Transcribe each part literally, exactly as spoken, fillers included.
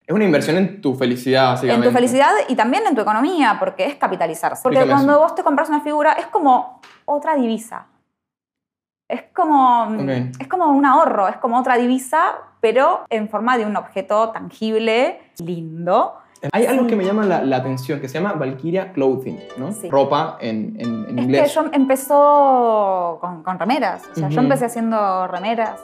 Es una inversión en tu felicidad, básicamente. En tu felicidad y también en tu economía, porque es capitalizarse. Porque Explícame cuando eso. vos te compras una figura, es como otra divisa. Es como, Okay. es como un ahorro, es como otra divisa, pero en forma de un objeto tangible, lindo. Hay algo Sí. que me llama la, la atención, que se llama Valkyria Clothing, ¿no? Sí. Ropa en, en, en Es inglés. que yo empezó con, con remeras. O sea, Uh-huh. yo empecé haciendo remeras.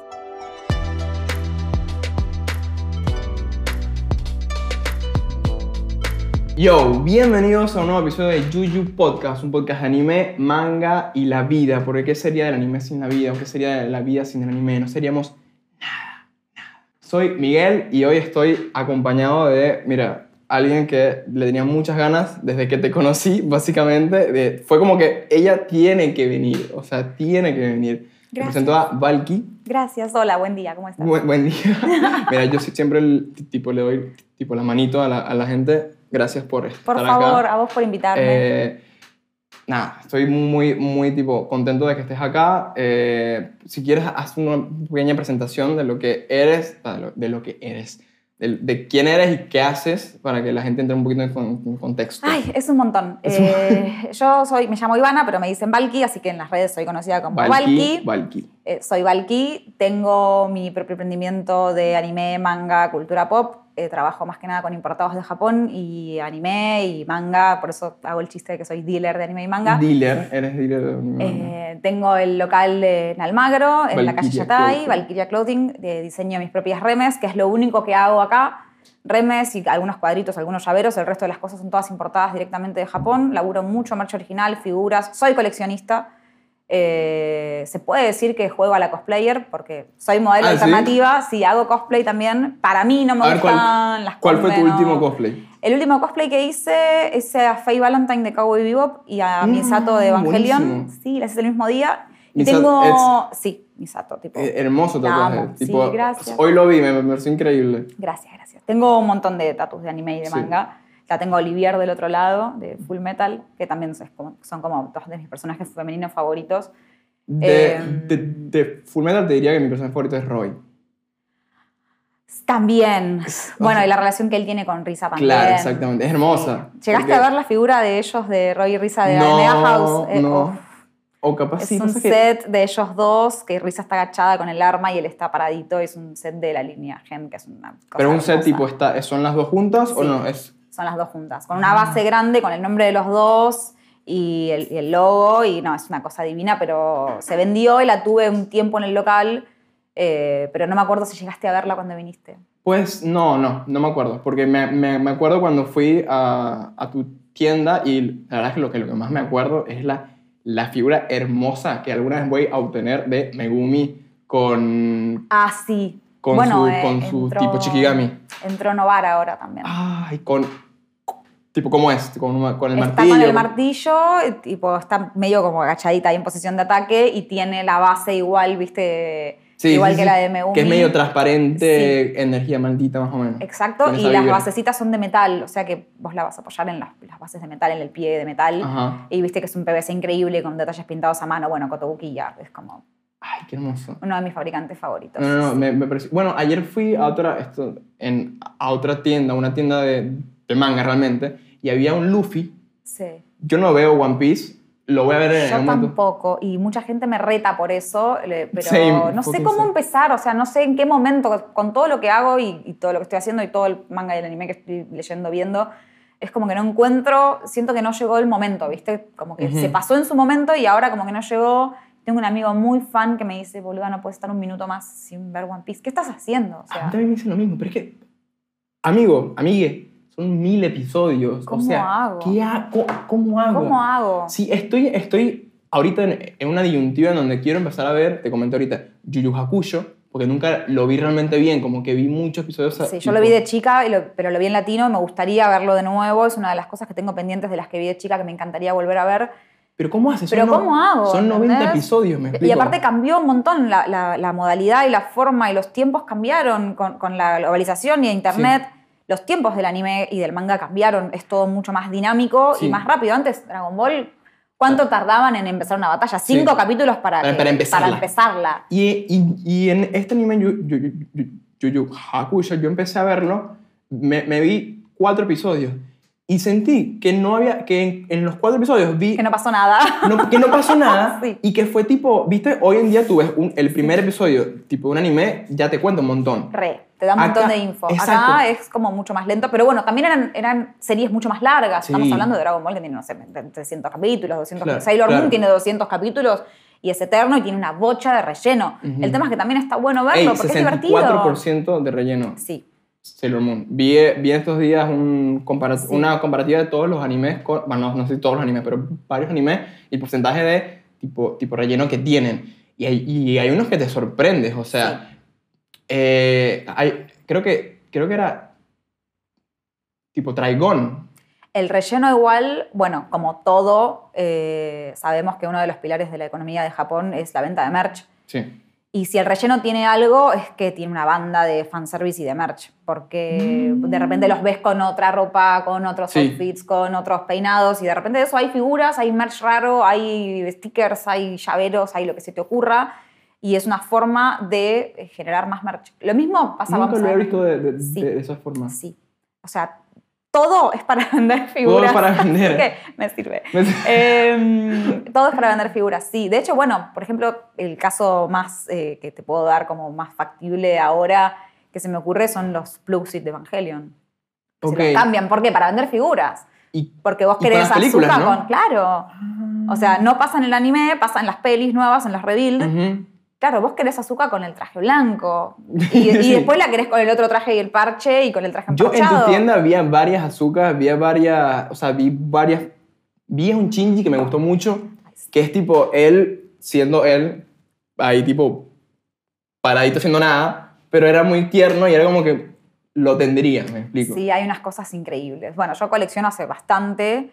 Yo, bienvenidos a un nuevo episodio de Yuyu Podcast, un podcast de anime, manga y la vida. Porque ¿qué sería del anime sin la vida? ¿O qué sería de la vida sin el anime? No seríamos nada, nada. Soy Miguel y hoy estoy acompañado de, mira, alguien que le tenía muchas ganas desde que te conocí, básicamente. De, fue como que ella tiene que venir, o sea, tiene que venir. Te presento a Valky. Gracias, hola, buen día, ¿cómo estás? Buen, buen día. Mira, yo siempre el, tipo, le doy tipo, la manito a la, a la gente. Gracias por estar Por acá. favor, a vos por invitarme. Eh, nada, estoy muy, muy tipo, contento de que estés acá. Eh, si quieres, haz una pequeña presentación de lo que eres, de lo, de lo que eres, de, de quién eres y qué haces para que la gente entre un poquito en, en contexto. Ay, es un montón. Es un... Eh, yo soy, me llamo Ivana, pero me dicen Valky, así que en las redes soy conocida como Valky. Valky. Eh, soy Valky, tengo mi propio emprendimiento de anime, manga, cultura pop. Eh, trabajo más que nada con importados de Japón y anime y manga, por eso hago el chiste de que soy dealer de anime y manga. Dealer, eres dealer de anime. Eh, tengo el local en Almagro, en Valkyria la calle Yatay, Clothing. Valkyria Clothing, de diseño de mis propias remes, que es lo único que hago acá. Remes y algunos cuadritos, algunos llaveros, el resto de las cosas son todas importadas directamente de Japón. Laburo mucho merch original, figuras, soy coleccionista. Eh, se puede decir que juego a la cosplayer porque soy modelo ¿Ah, alternativa. Sí? Sí, hago cosplay también. Para mí no me a ver, gustan ¿cuál, las ¿Cuál fue tu conven, último no. cosplay? El último cosplay que hice es a Faye Valentine de Cowboy Bebop y a Mm, Misato de Evangelion. buenísimo. Sí, las hice el mismo día. Y Misato, tengo... Sí, Misato, tipo... Eh, hermoso la tatuaje. amo. Tipo, Sí, gracias. Hoy lo vi, me, me pareció increíble. Gracias, gracias. Tengo un montón de tatus de anime y de Sí. manga. La tengo a Olivier del otro lado, de Full Metal, que también es como- son como dos de mis personajes femeninos favoritos. De, Eh, de, de Fullmetal te diría que mi personaje favorito es Roy. También. Bueno, sea, y la relación que él tiene con Risa también. Claro, exactamente. Es hermosa. Sí. ¿Llegaste porque- a ver la figura de ellos, de Roy y Risa de No, Mega House? Eh, no. uf. O capaz Es sí. un pasa que- set de ellos dos, que Risa está agachada con el arma y él está paradito. Es un set de la línea Gen, que es una cosa Pero un set hermosa. tipo, está, ¿son las dos juntas o Sí. no? Es... Son las dos juntas. Con una base grande, con el nombre de los dos y el, y el logo. Y no, es una cosa divina, pero se vendió y la tuve un tiempo en el local. Eh, pero no me acuerdo si llegaste a verla cuando viniste. Pues no, no, no me acuerdo. Porque me, me, me acuerdo cuando fui a, a tu tienda y la verdad es que lo que, lo que más me acuerdo es la, la figura hermosa que alguna vez voy a obtener de Megumi con, Ah, sí. con bueno, su, eh, con su entró- tipo Shikigami. Entró Novara ahora también. Ay, con... Tipo, ¿cómo es? Con, un- con el Está martillo. con el martillo, tipo, está medio como agachadita ahí en posición de ataque y tiene la base igual, viste, Sí, igual sí, que sí. la de Megumi. Que es medio transparente, energía maldita más o menos. Exacto, Con y esa las vibra. basecitas son de metal, o sea que vos la vas a apoyar en las, las bases de metal, en el pie de metal. Ajá. Y viste que es un P V C increíble con detalles pintados a mano. Bueno, Kotobuki ya es como Ay, qué hermoso. uno de mis fabricantes favoritos. No, no, no, Sí. me, me pareció... Bueno, ayer fui a otra, esto, en, a otra tienda, una tienda de, de manga realmente, y había un Luffy. Sí. Yo no veo One Piece, lo voy a ver en Yo algún momento. tampoco, y mucha gente me reta por eso, le- pero Same, no sé fucking cómo same. empezar, o sea, no sé en qué momento, con todo lo que hago y, y todo lo que estoy haciendo y todo el manga y el anime que estoy leyendo, viendo, es como que no encuentro, siento que no llegó el momento, ¿viste? Como que Ujú. se pasó en su momento y ahora como que no llegó. Tengo un amigo muy fan que me dice, boluda, no puedes estar un minuto más sin ver One Piece. ¿Qué estás haciendo? O A mí sea, también me dicen lo mismo, pero es que... Amigo, amigue, son mil episodios. ¿Cómo o sea, hago? ¿qué ha- co- ¿Cómo hago? ¿cómo hago? Sí, estoy, estoy ahorita en, en una disyuntiva en donde quiero empezar a ver, te comenté ahorita, Yu Yu Hakusho, porque nunca lo vi realmente bien, como que vi muchos episodios. Sí, yo tipo- lo vi de chica, y lo- pero lo vi en latino, me gustaría verlo de nuevo, es una de las cosas que tengo pendientes de las que vi de chica que me encantaría volver a ver. Pero ¿cómo haces? Pero Son no- ¿cómo hago? Son noventa ¿entendés? episodios, me explico. Y aparte cambió un montón la, la- la modalidad y la forma y los tiempos cambiaron con, con la globalización y internet. Los tiempos del anime y del manga cambiaron, es todo mucho más dinámico Sí. y más rápido. Antes, Dragon Ball, ¿cuánto tardaban en empezar una batalla? Sí. Cinco capítulos para, Para- que- para empezarla. para empezarla. Y, y, y en este anime, Yu, Yu, Yu, Yu Yu Hakusho, yo empecé a verlo me, me vi cuatro episodios y sentí que no había, que en, en los cuatro episodios vi... Que no pasó nada. No, que no pasó nada Sí. y que fue tipo, viste, hoy en día tú ves un, el primer episodio tipo de un anime, ya te cuenta un montón. Re, te da un montón Acá- de info. exacto. Acá es como mucho más lento, pero bueno, también eran, eran series mucho más largas. Sí. Estamos hablando de Dragon Ball que tiene, no sé, trescientos capítulos, doscientos Claro, capítulos. Sailor claro. Moon tiene doscientos capítulos y es eterno y tiene una bocha de relleno. Ujú. El tema es que también está bueno verlo Ey, porque es sesenta y cuatro por divertido. ciento de relleno. Sí. Sailor Moon. Vi, vi estos días un compara- Sí. una comparativa de todos los animes, con, bueno, no, no sé si todos los animes, pero varios animes y el porcentaje de tipo, tipo relleno que tienen. Y hay, y hay unos que te sorprendes, o sea, eh, hay, creo, que, creo que era tipo Trigon. El relleno igual, bueno, como todo, eh, sabemos que uno de los pilares de la economía de Japón es la venta de merch. Sí. Y si el relleno tiene algo, es que tiene una banda de fanservice y de merch. Porque de repente los ves con otra ropa, con otros Sí. outfits, con otros peinados. Y de repente de eso hay figuras, hay merch raro, hay stickers, hay llaveros, hay lo que se te ocurra. Y es una forma de generar más merch. Lo mismo pasa... Nunca vamos lo a he ver. visto de, de, Sí. de esa forma. Sí. O sea, todo es para vender figuras. para vender. Así que me sirve. Eh, todo es para vender figuras, sí. De hecho, bueno, por ejemplo, el caso más eh, que te puedo dar como más factible ahora que se me ocurre son los plugsit de Evangelion. Que Ok. Se los cambian. ¿Por qué? Para vender figuras. Y, Porque vos y con querés las películas, Asuka ¿no? con... Claro. O sea, no pasa en el anime, pasa en las pelis nuevas, en las rebuild. Ujú. Claro, vos querés Asuka con el traje blanco. Y, y Sí. después la querés con el otro traje y el parche y con el traje Yo en emparchado. tu tienda había varias azúcares, había varias, o sea, vi varias, vi un Shinji que me gustó mucho, que es tipo él, siendo él, ahí tipo paradito haciendo nada, pero era muy tierno y era como que lo tendría, me explico. Sí, hay unas cosas increíbles. Bueno, yo colecciono hace bastante.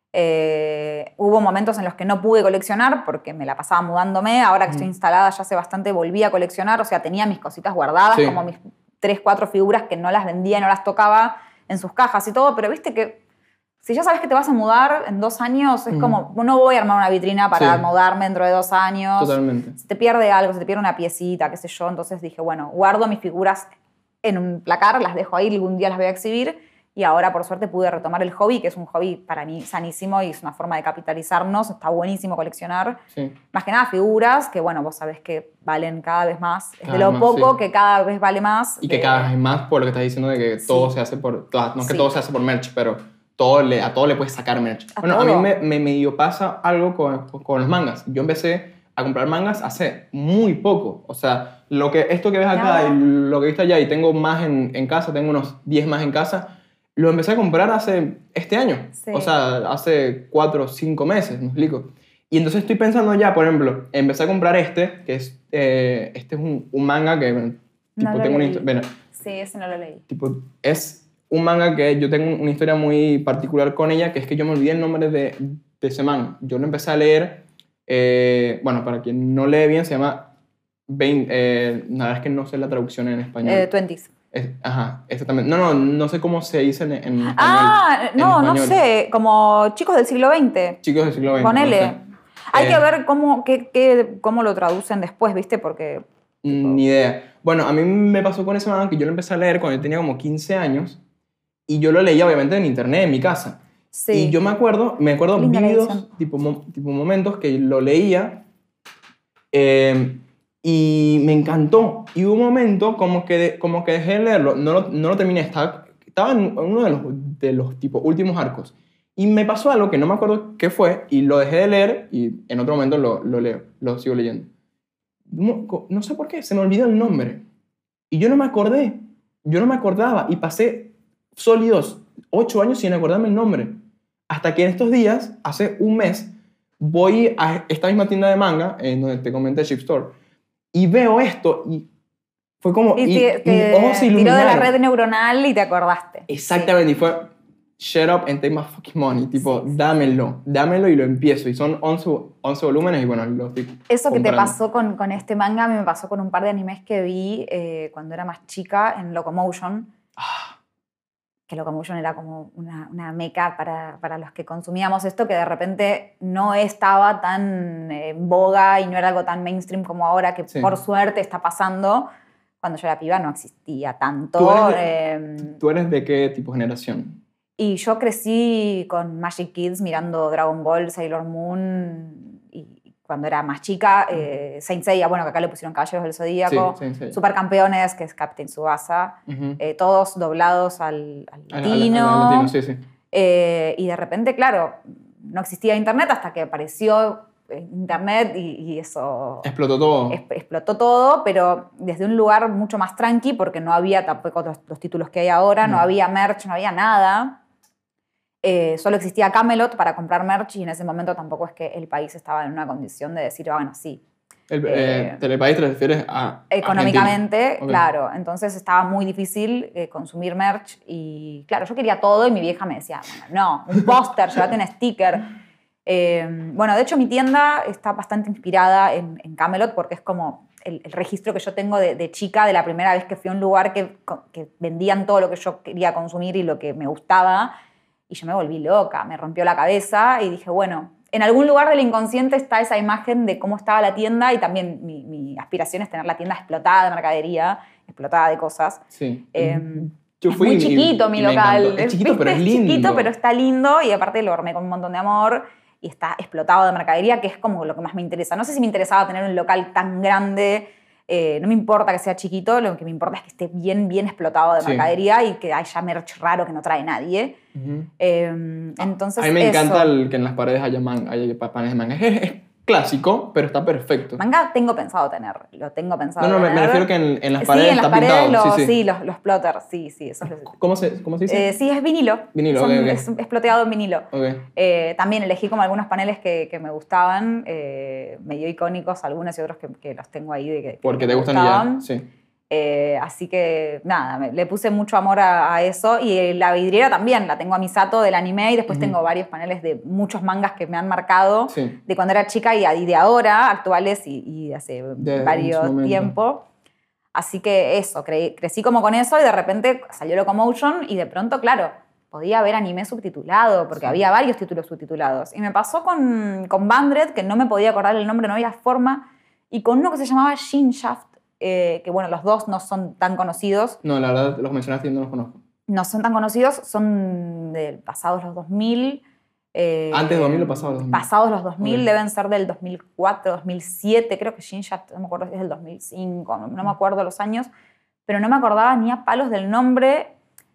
Eh, hubo momentos en los que no pude coleccionar porque me la pasaba mudándome. Ahora que estoy instalada ya hace bastante volví a coleccionar. O sea, tenía mis cositas guardadas, Sí. como mis tres, cuatro figuras que no las vendía, no las tocaba en sus cajas y todo. Pero viste que si ya sabes que te vas a mudar en dos años, es Ujú. como, no voy a armar una vitrina para Sí. mudarme dentro de dos años. Totalmente. Se te pierde algo, se te pierde una piecita, qué sé yo. Entonces dije, bueno, guardo mis figuras en un placar, las dejo ahí, algún día las voy a exhibir. Y ahora, por suerte, pude retomar el hobby, que es un hobby para mí sanísimo y es una forma de capitalizarnos. Está buenísimo coleccionar. Sí. Más que nada figuras, que bueno, vos sabés que valen cada vez más. Es Cada de lo vez más, poco sí. que cada vez vale más. Y que de- cada vez más por lo que estás diciendo de que Sí. todo se hace por, toda- no es que Sí. todo se hace por merch, pero todo le, a todo le puedes sacar merch. A Bueno, a mí todo. me, me medio pasa algo con, con los mangas. Yo empecé a comprar mangas hace muy poco. O sea, lo que, esto que ves acá Ya. y lo que viste allá y tengo más en, en casa, tengo unos diez más en casa, lo empecé a comprar hace este año. Sí. O sea, hace cuatro o cinco meses, me explico. Y entonces estoy pensando ya, por ejemplo, empecé a comprar este, que es, eh, este es un, un manga que, tipo, No lo tengo una leí. historia... Sí, ese no lo leí. Tipo, es un manga que yo tengo una historia muy particular con ella, que es que yo me olvidé el nombre de, de ese manga. Yo lo empecé a leer, eh, bueno, para quien no lee bien, se llama veinte, eh, la verdad es que no sé la traducción en español. Eh, twenties. Es- ajá, exactamente. No, no, no sé cómo se dice en, en español. Ah, en no, no español. sé. Como chicos del siglo veinte. Chicos del siglo veinte. Ponele. no sé. Hay Eh, que ver cómo, qué, qué- cómo lo traducen después, ¿viste? Porque Ni idea. Bueno, a mí me pasó con ese manga que yo lo empecé a leer cuando yo tenía como quince años y yo lo leía obviamente en internet, en mi casa. sí. Y yo me acuerdo, me acuerdo Linda la videos, edición. tipo, mo- tipo momentos que lo leía eh, y me encantó. Y hubo un momento como que, de- como que dejé de leerlo, no lo, no lo terminé, estaba, estaba en uno de los, de los tipo, últimos arcos. Y me pasó algo que no me acuerdo qué fue y lo dejé de leer y en otro momento lo, lo leo, lo sigo leyendo. No, no sé por qué, se me olvidó el nombre. Y yo no me acordé, yo no me acordaba y pasé sólidos ocho años sin acordarme el nombre. Hasta que en estos días, hace un mes, voy a esta misma tienda de manga, en donde te comenté, Chip Store, y veo esto y fue como... Y, y- te, y mis te ojos se tiró de la iluminaron. red neuronal y te acordaste. Exactamente, y fue shut up and take my fucking money, tipo, Sí, sí, dámelo, dámelo y lo empiezo. Y son once, once volúmenes y bueno, lo estoy Eso que te comprando. pasó con, con este manga, a mí me pasó con un par de animes que vi eh, cuando era más chica en Locomotion. Que Locomotion era como una, una meca para, para los que consumíamos esto, que de repente no estaba tan en boga y no era algo tan mainstream como ahora, que Sí. por suerte está pasando. Cuando yo era piba no existía tanto. ¿Tú eres de, eh, ¿tú eres de qué tipo de generación? Y yo crecí con Magic Kids mirando Dragon Ball, Sailor Moon, y cuando era más chica, eh, Saint Seiya, bueno, que acá le pusieron Caballeros del Zodíaco, Sí, sí, sí. Supercampeones, que es Captain Tsubasa, Uh-huh. eh, todos doblados al, al Al- latino. al- al latino, sí, sí. Eh, y de repente, claro, no existía internet hasta que apareció internet y, y eso... Explotó todo. Es, explotó todo, pero desde un lugar mucho más tranqui, porque no había tampoco los, los títulos que hay ahora, no. no había merch, no había nada. Eh, solo existía Camelot para comprar merch y en ese momento tampoco es que el país estaba en una condición de decir, bueno, sí. El, eh, eh, ¿El país te refieres a económicamente, okay. Claro. Entonces estaba muy difícil eh, consumir merch y claro, yo quería todo y mi vieja me decía, bueno, no, un póster, llévate un sticker. Eh, bueno, de hecho mi tienda está bastante inspirada en, en Camelot porque es como el, el registro que yo tengo de, de chica, de la primera vez que fui a un lugar que, que vendían todo lo que yo quería consumir y lo que me gustaba. Y yo me volví loca, me rompió la cabeza y dije, bueno, en algún lugar del inconsciente está esa imagen de cómo estaba la tienda y también mi, mi aspiración es tener la tienda explotada de mercadería, explotada de cosas. Sí. Eh, Yo fui es muy chiquito y, mi y local. Es chiquito, pero es es lindo. chiquito, pero está lindo y aparte lo armé con un montón de amor y está explotado de mercadería, que es como lo que más me interesa. No sé si me interesaba tener un local tan grande. Eh, no me importa que sea chiquito, lo que me importa es que esté bien, bien explotado de mercadería sí. y que haya merch raro que no trae nadie. Uh-huh. eh, entonces, a mí me eso. encanta el, que en las paredes haya, man, haya panes de manga. Es, es clásico, pero está perfecto. Manga tengo pensado tener, lo tengo pensado No, no, tener. me refiero que en, en las sí, paredes en las está paredes pintado. Los, sí, sí. sí, los, los plotters, sí, sí. Eso es lo... ¿Cómo, se, ¿Cómo se dice? Eh, sí, es vinilo. Vinilo, Son, okay, okay. Es, es ploteado en vinilo. Okay. Eh, también elegí como algunos paneles que, que me gustaban, eh, medio icónicos, algunos y otros que, que los tengo ahí. De que, Porque que te gustan ya, sí. Eh, así que nada, me, le puse mucho amor a, a eso y la vidriera también, la tengo a Misato del anime y después uh-huh. tengo varios paneles de muchos mangas que me han marcado sí. de cuando era chica y, y de ahora, actuales y, y hace de, varios tiempos. Así que eso, cre, crecí como con eso y de repente salió Locomotion y de pronto, claro, podía ver anime subtitulado porque sí. había varios títulos subtitulados. Y me pasó con, con Bandred, que no me podía acordar el nombre, no había forma, y con uno que se llamaba Shin Shaft, Eh, que bueno, los dos no son tan conocidos. No, la verdad, los mencionaste y no los conozco. No son tan conocidos, son de pasados los dos mil. Eh, ¿Antes de dos mil o pasados los dos mil? Pasados los dos mil, okay. Deben ser del dos mil cuatro, dos mil siete, creo que Shinshaft, no me acuerdo si es del dos mil cinco, no, no me acuerdo los años, pero no me acordaba ni a palos del nombre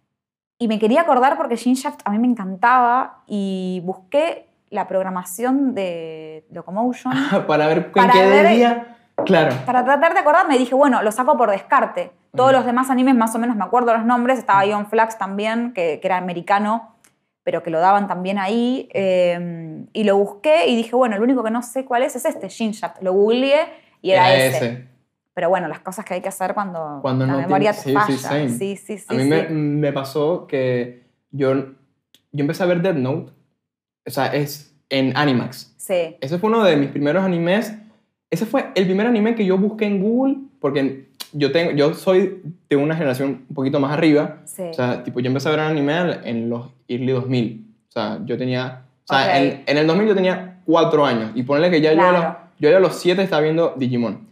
y me quería acordar porque Shinshaft a mí me encantaba y busqué la programación de Locomotion. para ver en qué ver, día... Claro. Para tratar de acordarme dije, bueno, lo saco por descarte. Todos uh-huh. los demás animes más o menos me acuerdo los nombres. Estaba Ion Flux también, que, que era americano, pero que lo daban también ahí. Eh, y lo busqué y dije, bueno, el único que no sé cuál es es este, Shinshaft. Lo googleé y era, era ese. ese. Pero bueno, las cosas que hay que hacer cuando, cuando la no memoria tiene... te sí, falla. Sí, same. sí, sí, sí. A mí sí. Me, me pasó que yo, yo empecé a ver Death Note. O sea, es en Animax. Sí. Ese fue uno de mis primeros animes. Ese fue el primer anime que yo busqué en Google, porque yo, tengo, yo soy de una generación un poquito más arriba. Sí. O sea, tipo, yo empecé a ver anime en los early dos mil. O sea, yo tenía... O sea, okay. en, en el dos mil yo tenía cuatro años. Y ponerle que ya claro. yo, a los, yo ya a los siete estaba viendo Digimon.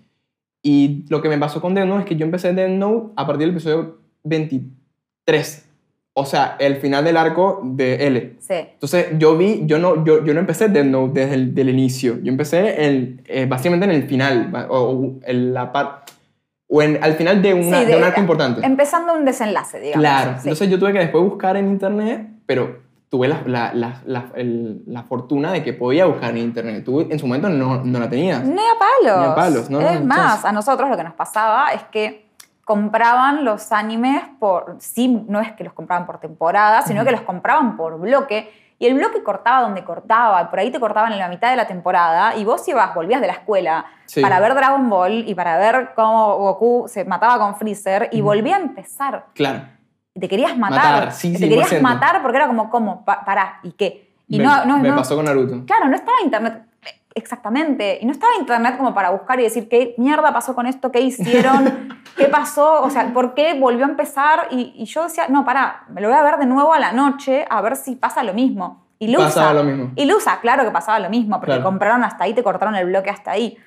Y lo que me pasó con Death Note es que yo empecé Death Note a partir del episodio veintitrés. O sea, el final del arco de L. Sí. Entonces, yo vi, yo no, yo, yo no empecé Death Note desde el del inicio. Yo empecé el, eh, básicamente en el final, o, o en la parte, o en, al final de, una, sí, de, de un arco importante. Empezando un desenlace, digamos. Claro. Sí. Entonces, yo tuve que después buscar en internet, pero tuve la, la, la, la, el, la fortuna de que podía buscar en internet. Tú en su momento no, no la tenías. Ni a palos. Ni a palos, ¿no? Es no, más, entonces... a nosotros lo que nos pasaba es que compraban los animes por... Sí, no es que los compraban por temporada, sino uh-huh. que los compraban por bloque. Y el bloque cortaba donde cortaba. Por ahí te cortaban en la mitad de la temporada. Y vos ibas, volvías de la escuela sí. para ver Dragon Ball y para ver cómo Goku se mataba con Freezer. Y uh-huh. volvía a empezar. Claro. Y te querías matar. matar sí, te cien por ciento. querías matar porque era como, ¿cómo? Pa- pará, ¿y qué? Y me, no, no, me no, pasó con Naruto. Claro, no estaba internet... Exactamente. Y no estaba internet como para buscar y decir qué mierda pasó con esto, qué hicieron, qué pasó, o sea, por qué volvió a empezar. Y, y yo decía, no, pará, me lo voy a ver de nuevo a la noche a ver si pasa lo mismo. Y Lusa, pasaba lo mismo. Y Lusa, claro que pasaba lo mismo, porque claro. compraron hasta ahí, te cortaron el bloque hasta ahí. Claro.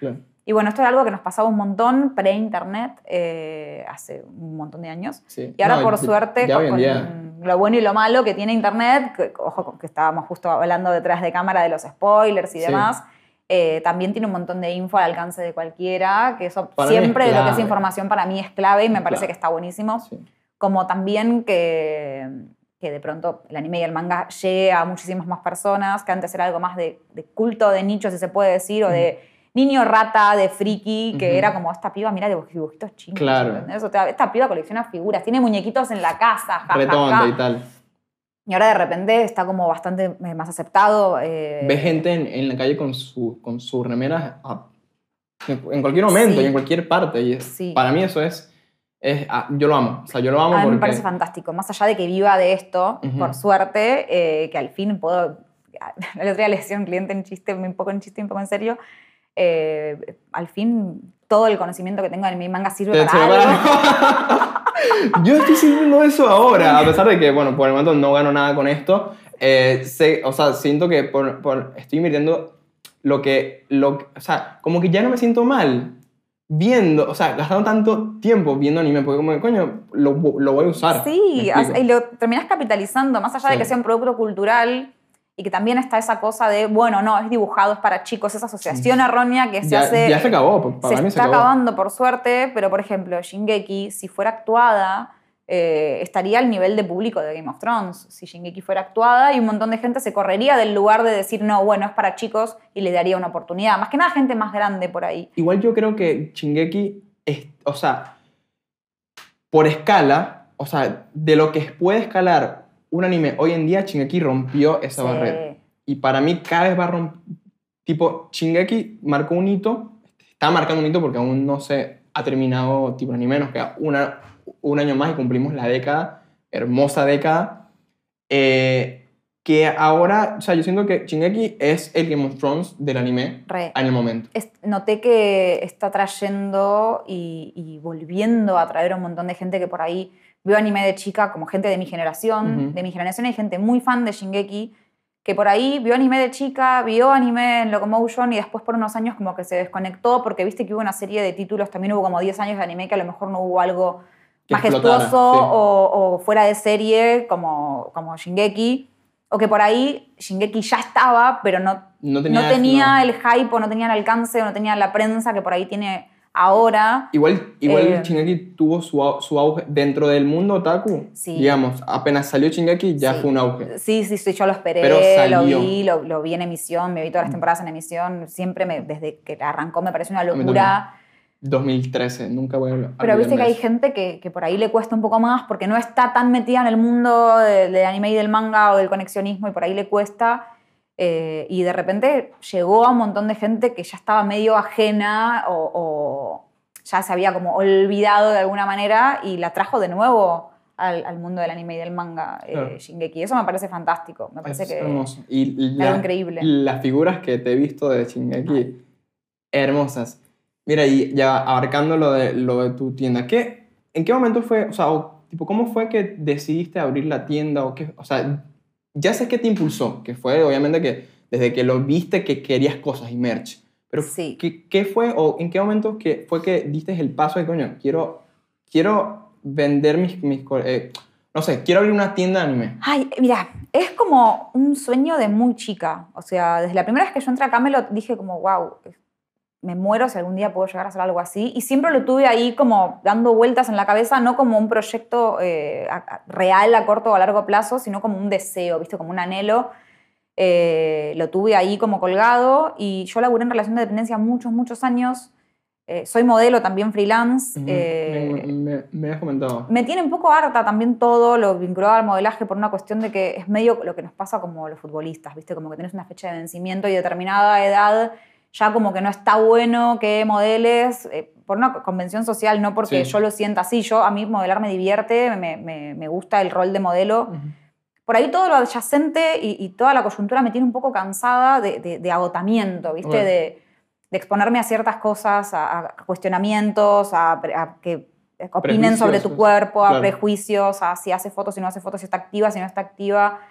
Y bueno, esto era algo que nos pasaba un montón pre-internet, eh, hace un montón de años. Sí. Y ahora, No, por ya- suerte, ya con, hoy en día. con lo bueno y lo malo que tiene internet, que, ojo, que estábamos justo hablando detrás de cámara de los spoilers y Sí. demás, eh, también tiene un montón de info al alcance de cualquiera, que eso Para mí es siempre de lo que es clave. información para mí es clave y me Es parece clave. que está buenísimo. Sí. Como también que, que de pronto el anime y el manga llegue a muchísimas más personas, que antes era algo más de, de culto de nicho, si se puede decir, o de niño rata, de friki, que Ujú. era como esta piba, mira, dibujitos chinos, Claro. ¿entendés? O sea, esta piba colecciona figuras, tiene muñequitos en la casa, ja, ja, Retonda ja. y tal. Y ahora de repente está como bastante más aceptado. Eh, Ves gente en, en la calle con su, con sus remeras a- en, en cualquier momento Sí. y en cualquier parte. Y es- Sí. para mí eso es, es ah, yo lo amo. O sea, yo lo amo A mí porque... me parece fantástico. Más allá de que viva de esto, Ujú. por suerte, eh, que al fin puedo... El otro día le decía a un cliente en chiste, un poco en chiste, un poco en serio, eh, al fin todo el conocimiento que tengo en mi manga sirve Te- para te- algo. para- Yo estoy sintiendo eso ahora, a pesar de que, bueno, por el momento no gano nada con esto. Eh, sé, o sea, siento que por, por- estoy invirtiendo lo que, lo, que- o sea, como que ya no me siento mal viendo, o sea, gastando tanto tiempo viendo anime, porque como, coño, lo, lo voy a usar. Sí, ¿me explico? y lo terminás capitalizando, más allá de Sí. que sea un producto cultural y que también está esa cosa de, bueno, no, es dibujado, es para chicos, esa asociación errónea que se Ya, hace... ya se acabó, pa- para se mí se está acabó. acabando, por suerte, pero por ejemplo, Shingeki, si fuera actuada, eh, estaría al nivel de público de Game of Thrones. Si Shingeki fuera actuada, y un montón de gente se correría del lugar de decir, no, bueno, es para chicos, y le daría una oportunidad. Más que nada gente más grande por ahí. Igual yo creo que Shingeki, es, o sea, por escala, o sea, de lo que puede escalar un anime hoy en día, Shingeki rompió esa Sí. barrera. Y para mí cada vez va a romper... Tipo, Shingeki marcó un hito, está marcando un hito porque aún no se ha terminado tipo anime, nos queda una, un año más y cumplimos la década, hermosa década. Eh, que ahora, o sea, yo siento que Shingeki es el Game of Thrones del anime Re. en el momento. Es- noté que está trayendo y, y volviendo a traer a un montón de gente que por ahí vio anime de chica, como gente de mi generación. Ujú. De mi generación hay gente muy fan de Shingeki, que por ahí vio anime de chica, vio anime en Locomotion y después por unos años como que se desconectó porque viste que hubo una serie de títulos, también hubo como diez años de anime que a lo mejor no hubo algo Que majestuoso explotara, sí. o, o fuera de serie como, como Shingeki, o que por ahí Shingeki ya estaba, pero no, No tenía, no tenía no. el hype o no tenía el alcance o no tenía la prensa que por ahí tiene ahora. Igual, igual Eh, Shingeki tuvo su, au- su auge dentro del mundo otaku. Sí. Digamos, apenas salió Shingeki ya Sí. fue un auge. Sí, sí, sí, yo lo esperé, Pero lo salió. vi, lo, lo vi en emisión, me vi todas las temporadas en emisión, siempre me, desde que arrancó me pareció una mí locura. dos mil trece, nunca voy a hablar. Pero viste que hay gente que, que por ahí le cuesta un poco más porque no está tan metida en el mundo del, del anime y del manga o del conexionismo y por ahí le cuesta. Eh, y de repente llegó a un montón de gente que ya estaba medio ajena o, o ya se había como olvidado de alguna manera y la trajo de nuevo al, al mundo del anime y del manga, Claro. eh, Shingeki. Eso me parece fantástico. Me parece Es que hermoso. Y algo la- increíble. las figuras que te he visto de Shingeki, hermosas. Mira, y ya abarcando lo de, lo de tu tienda, ¿qué, ¿en qué momento fue, o sea, o, tipo, cómo fue que decidiste abrir la tienda? O, qué, o sea, ya sé qué te impulsó, que fue obviamente que desde que lo viste que querías cosas y merch. Pero, Sí. ¿qué, qué fue o en qué momento que fue que diste el paso de, coño, quiero, quiero vender mis, mis co- eh, no sé, quiero abrir una tienda de anime? Ay, mira, es como un sueño de muy chica. O sea, desde la primera vez que yo entré acá me lo dije como, wow, me muero si algún día puedo llegar a hacer algo así. Y siempre lo tuve ahí como dando vueltas en la cabeza, no como un proyecto eh, a- a- real a corto o a largo plazo, sino como un deseo, ¿viste? Como un anhelo. Eh, lo tuve ahí como colgado y yo laburé en relación de dependencia muchos, muchos años. Eh, soy modelo también freelance. Ujú. eh, me, me, me has comentado. me tiene un poco harta también todo lo vinculado al modelaje por una cuestión de que es medio lo que nos pasa como los futbolistas, ¿viste? Como que tenés una fecha de vencimiento y determinada edad ya como que no está bueno que modeles, eh, por una convención social, no porque Sí. yo lo sienta así. Yo, a mí modelar me divierte, me, me, me gusta el rol de modelo. Ujú. Por ahí todo lo adyacente y, y toda la coyuntura me tiene un poco cansada de, de- de agotamiento, ¿viste? Bueno. De, de exponerme a ciertas cosas, a, a cuestionamientos, a, a que opinen sobre tu Prejuicios, cuerpo, a claro. prejuicios, a si hace fotos, si no hace fotos, si está activa, si no está activa.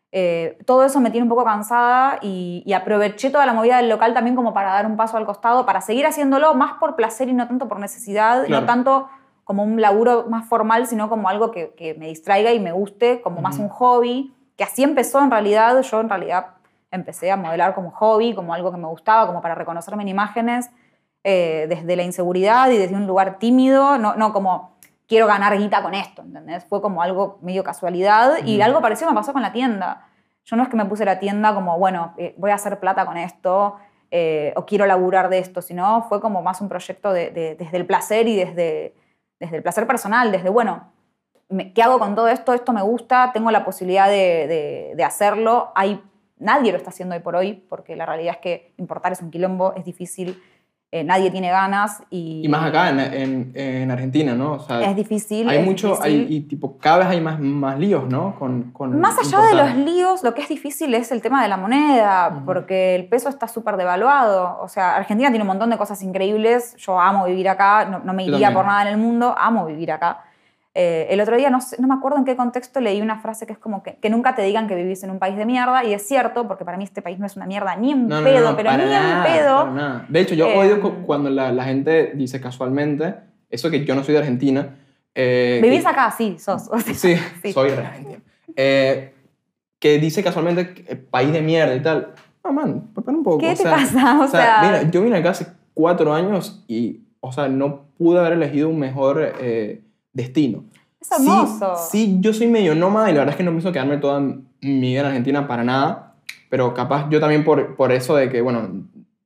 Eh, todo eso me tiene un poco cansada y, y aproveché toda la movida del local también como para dar un paso al costado, para seguir haciéndolo más por placer y no tanto por necesidad, Claro. no tanto como un laburo más formal, sino como algo que, que me distraiga y me guste, como uh-huh. más un hobby, que así empezó en realidad. Yo en realidad empecé a modelar como hobby, como algo que me gustaba, como para reconocerme en imágenes, eh, desde la inseguridad y desde un lugar tímido, no, no como quiero ganar guita con esto, ¿entendés? Fue como algo medio casualidad uh-huh. y algo parecido me pasó con la tienda. Yo no es que me puse la tienda como, bueno, eh, voy a hacer plata con esto eh, o quiero laburar de esto, sino fue como más un proyecto de, de, desde el placer y desde, desde el placer personal, desde, bueno, me, ¿qué hago con todo esto? Esto me gusta, tengo la posibilidad de, de, de hacerlo. Hay, nadie lo está haciendo hoy por hoy, porque la realidad es que importar es un quilombo, es difícil. Eh, nadie tiene ganas y... Y más acá en, en, en Argentina, ¿no? O sea, es difícil. Hay es mucho, difícil. Hay, y tipo, cada vez hay más, más líos, ¿no? Con, con más allá importar. de los líos, lo que es difícil es el tema de la moneda, uh-huh. porque el peso está súper devaluado. O sea, Argentina tiene un montón de cosas increíbles. Yo amo vivir acá, no, no me iría por nada en el mundo, amo vivir acá. Eh, el otro día, no, sé, no me acuerdo en qué contexto, leí una frase que es como que, que nunca te digan que vivís en un país de mierda, y es cierto, porque para mí este país no es una mierda ni en no, pedo, no, no, pero para ni nada, en pedo. Para nada. De hecho, yo eh, odio cuando la, la gente dice casualmente, eso que yo no soy de Argentina. Eh, ¿Vivís y, acá? Sí, sos. O sea, sí, sí, soy de Argentina. Eh, que dice casualmente que país de mierda y tal. Ah, man, prepara un poco. ¿Qué o te sea, pasa? O, o sea, sea, mira, yo vine acá hace cuatro años y, o sea, no pude haber elegido un mejor eh, destino. Es hermoso. Sí, sí, yo soy medio nómada y la verdad es que no pienso quedarme toda mi vida en Argentina para nada, pero capaz yo también por, por eso de que, bueno,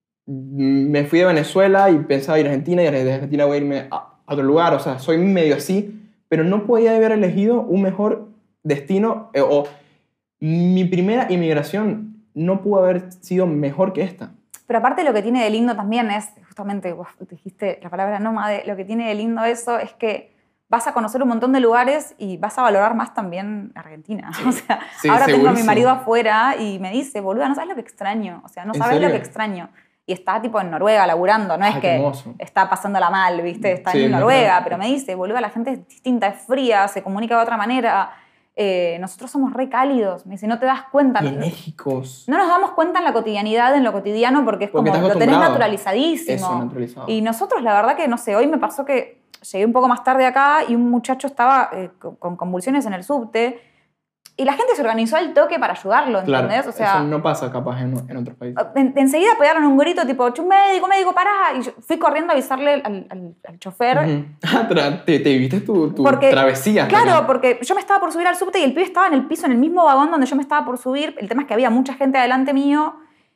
me fui de Venezuela y pensaba ir a Argentina y de Argentina voy a irme a otro lugar, o sea, soy medio así, pero no podía haber elegido un mejor destino eh, o mi primera inmigración no pudo haber sido mejor que esta. Pero aparte lo que tiene de lindo también es, justamente vos dijiste la palabra nómade, lo que tiene de lindo eso es que vas a conocer un montón de lugares y vas a valorar más también Argentina. Sí, o sea, sí, ahora segurísimo. Tengo a mi marido afuera y me dice, boluda, no sabes lo que extraño. O sea, no sabes lo que extraño. Y está tipo en Noruega laburando, no es Ay, que hermoso. Está pasándola mal, ¿viste? Está sí, en Noruega, no, pero me dice, boluda, la gente es distinta, es fría, se comunica de otra manera. Eh, nosotros somos re cálidos. Me dice, no te das cuenta. Y enérgicos. No nos damos cuenta en la cotidianidad, en lo cotidiano, porque es porque como lo tenés naturalizadísimo. Eso, naturalizado. Y nosotros, la verdad que, no sé, hoy me pasó que llegué un poco más tarde acá y un muchacho estaba eh, con convulsiones en el subte y la gente se organizó al toque para ayudarlo, ¿entendés? Claro, o sea, eso no pasa capaz en, en otros países. En, enseguida pegaron un grito tipo, un médico, médico, pará. Y yo fui corriendo a avisarle al, al, al chofer. Uh-huh. te, te viviste tu, tu porque, travesía. Claro, acá. Porque yo me estaba por subir al subte y el pibe estaba en el piso, en el mismo vagón donde yo me estaba por subir. El tema es que había mucha gente adelante mío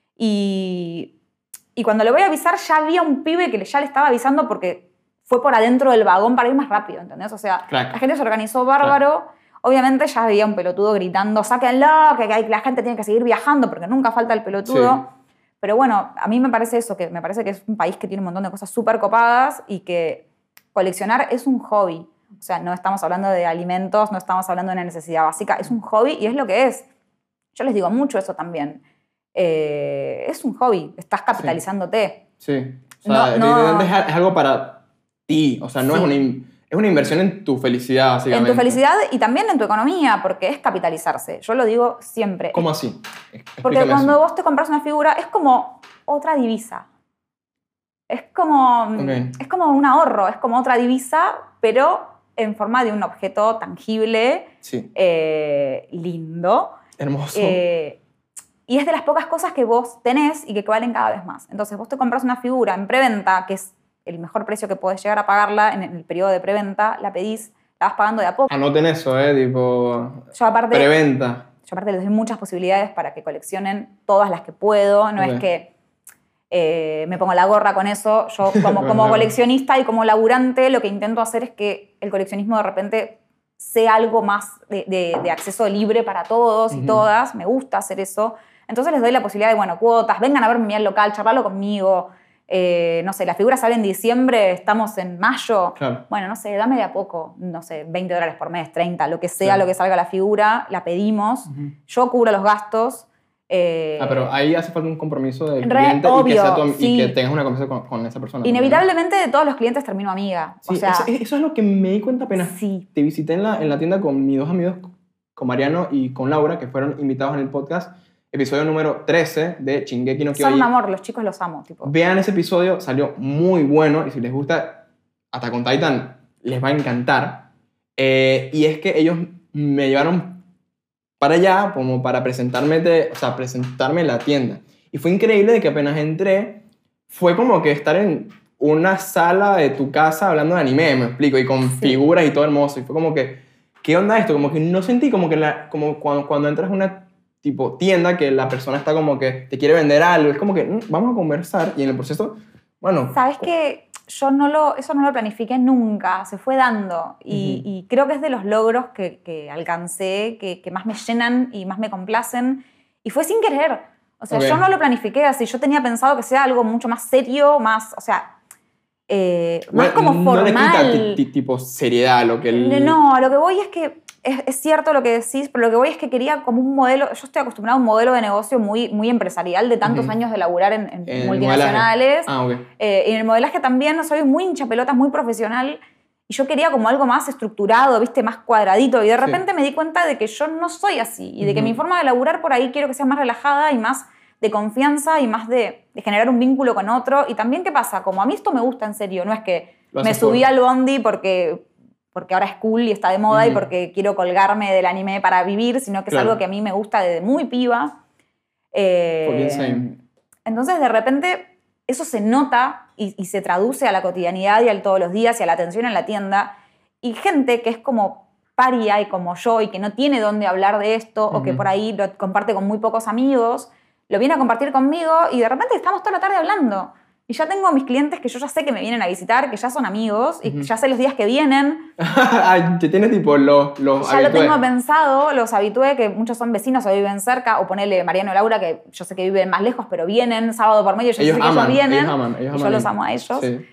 y, y cuando le voy a avisar ya había un pibe que ya le estaba avisando porque fue por adentro del vagón para ir más rápido, ¿entendés? O sea, Crack. La gente se organizó bárbaro. Crack. Obviamente ya había un pelotudo gritando, sáquenlo, que la gente tiene que seguir viajando porque nunca falta el pelotudo. Sí. Pero bueno, a mí me parece eso, que me parece que es un país que tiene un montón de cosas súper copadas y que coleccionar es un hobby. O sea, no estamos hablando de alimentos, no estamos hablando de una necesidad básica, es un hobby y es lo que es. Yo les digo mucho eso también. Eh, es un hobby, estás capitalizándote. Sí. sí. O sea, no, no, es algo para ti, o sea, no sí. es una... Es una inversión en tu felicidad, básicamente. En tu felicidad y también en tu economía, porque es capitalizarse. Yo lo digo siempre. ¿Cómo así? Explícame porque cuando eso. Vos te compras una figura, es como otra divisa. Es como, okay. es como un ahorro, es como otra divisa, pero en forma de un objeto tangible, sí. eh, lindo. Hermoso. Eh, y es de las pocas cosas que vos tenés y que valen cada vez más. Entonces vos te compras una figura en preventa, que es el mejor precio que podés llegar a pagarla en el periodo de preventa, la pedís, la vas pagando de a poco. Anoten eso, ¿eh? Tipo, yo aparte, preventa. Yo aparte les doy muchas posibilidades para que coleccionen todas las que puedo. No okay. es que eh, me pongo la gorra con eso. Yo como, como coleccionista y como laburante lo que intento hacer es que el coleccionismo de repente sea algo más de, de, de acceso libre para todos y uh-huh. todas. Me gusta hacer eso. Entonces les doy la posibilidad de, bueno, cuotas, vengan a verme al local, charlarlo conmigo. Eh, no sé, la figura sale en diciembre, estamos en mayo. Claro. Bueno, no sé, dame de a poco, no sé, veinte dólares por mes, treinta, lo que sea, claro. lo que salga la figura, la pedimos. Uh-huh. Yo cubro los gastos. Eh, ah, pero ahí hace falta un compromiso del re, cliente obvio, y, que sea tu, sí. y que tengas una conversación con, con esa persona. Inevitablemente también. De todos los clientes termino amiga. Sí, o sea, eso, eso es lo que me di cuenta apenas sí. te visité en la, en la tienda con mis dos amigos con Mariano y con Laura, que fueron invitados en el podcast, episodio número trece de Shingeki no Kyojin. Son un amor, los chicos los amo. Tipo. Vean ese episodio, salió muy bueno, y si les gusta Attack on Titan, les va a encantar. Eh, y es que ellos me llevaron para allá como para presentarme, de, o sea, presentarme en la tienda. Y fue increíble de que apenas entré, fue como que estar en una sala de tu casa hablando de anime, me explico, y con sí. figuras y todo hermoso. Y fue como que, ¿qué onda esto? Como que no sentí como que la, como cuando, cuando entras a una tipo tienda que la persona está como que te quiere vender algo. Es como que mm, vamos a conversar y en el proceso, bueno... ¿Sabes qué? Yo no lo, eso no lo planifiqué nunca, se fue dando. Y, uh-huh. y creo que es de los logros que, que alcancé, que, que más me llenan y más me complacen. Y fue sin querer. O sea, okay. yo no lo planifiqué así. Yo tenía pensado que sea algo mucho más serio, más, o sea, eh, bueno, más como formal. No le quita tipo seriedad a lo que... El... No, a lo que voy es que es, es cierto lo que decís, pero lo que voy es que quería como un modelo... Yo estoy acostumbrada a un modelo de negocio muy, muy empresarial, de tantos uh-huh. años de laburar en, en el multinacionales. Ah, okay. eh, y en el modelaje también soy muy hinchapelotas, muy profesional. Y yo quería como algo más estructurado, ¿viste? Más cuadradito. Y de repente sí. me di cuenta de que yo no soy así. Y de uh-huh. que mi forma de laburar por ahí quiero que sea más relajada y más de confianza y más de, de generar un vínculo con otro. Y también, ¿qué pasa? Como a mí esto me gusta en serio. No es que me subí por... al bondi porque... porque ahora es cool y está de moda uh-huh. y porque quiero colgarme del anime para vivir, sino que claro. es algo que a mí me gusta desde muy piba. Eh, entonces, de repente, eso se nota y, y se traduce a la cotidianidad y al todos los días y a la atención en la tienda. Y gente que es como paria y como yo y que no tiene dónde hablar de esto uh-huh. o que por ahí lo comparte con muy pocos amigos, lo viene a compartir conmigo y de repente estamos toda la tarde hablando. Y ya tengo a mis clientes que yo ya sé que me vienen a visitar, que ya son amigos, y uh-huh. ya sé los días que vienen. Ay, te tienes tipo los, los Ya habitué. Lo tengo pensado, los habitué, que muchos son vecinos o viven cerca, o ponele Mariano y Laura, que yo sé que viven más lejos, pero vienen sábado por medio, yo ellos sé que aman, ellos vienen, ellos aman, ellos y aman yo los ellos. amo a ellos. Sí.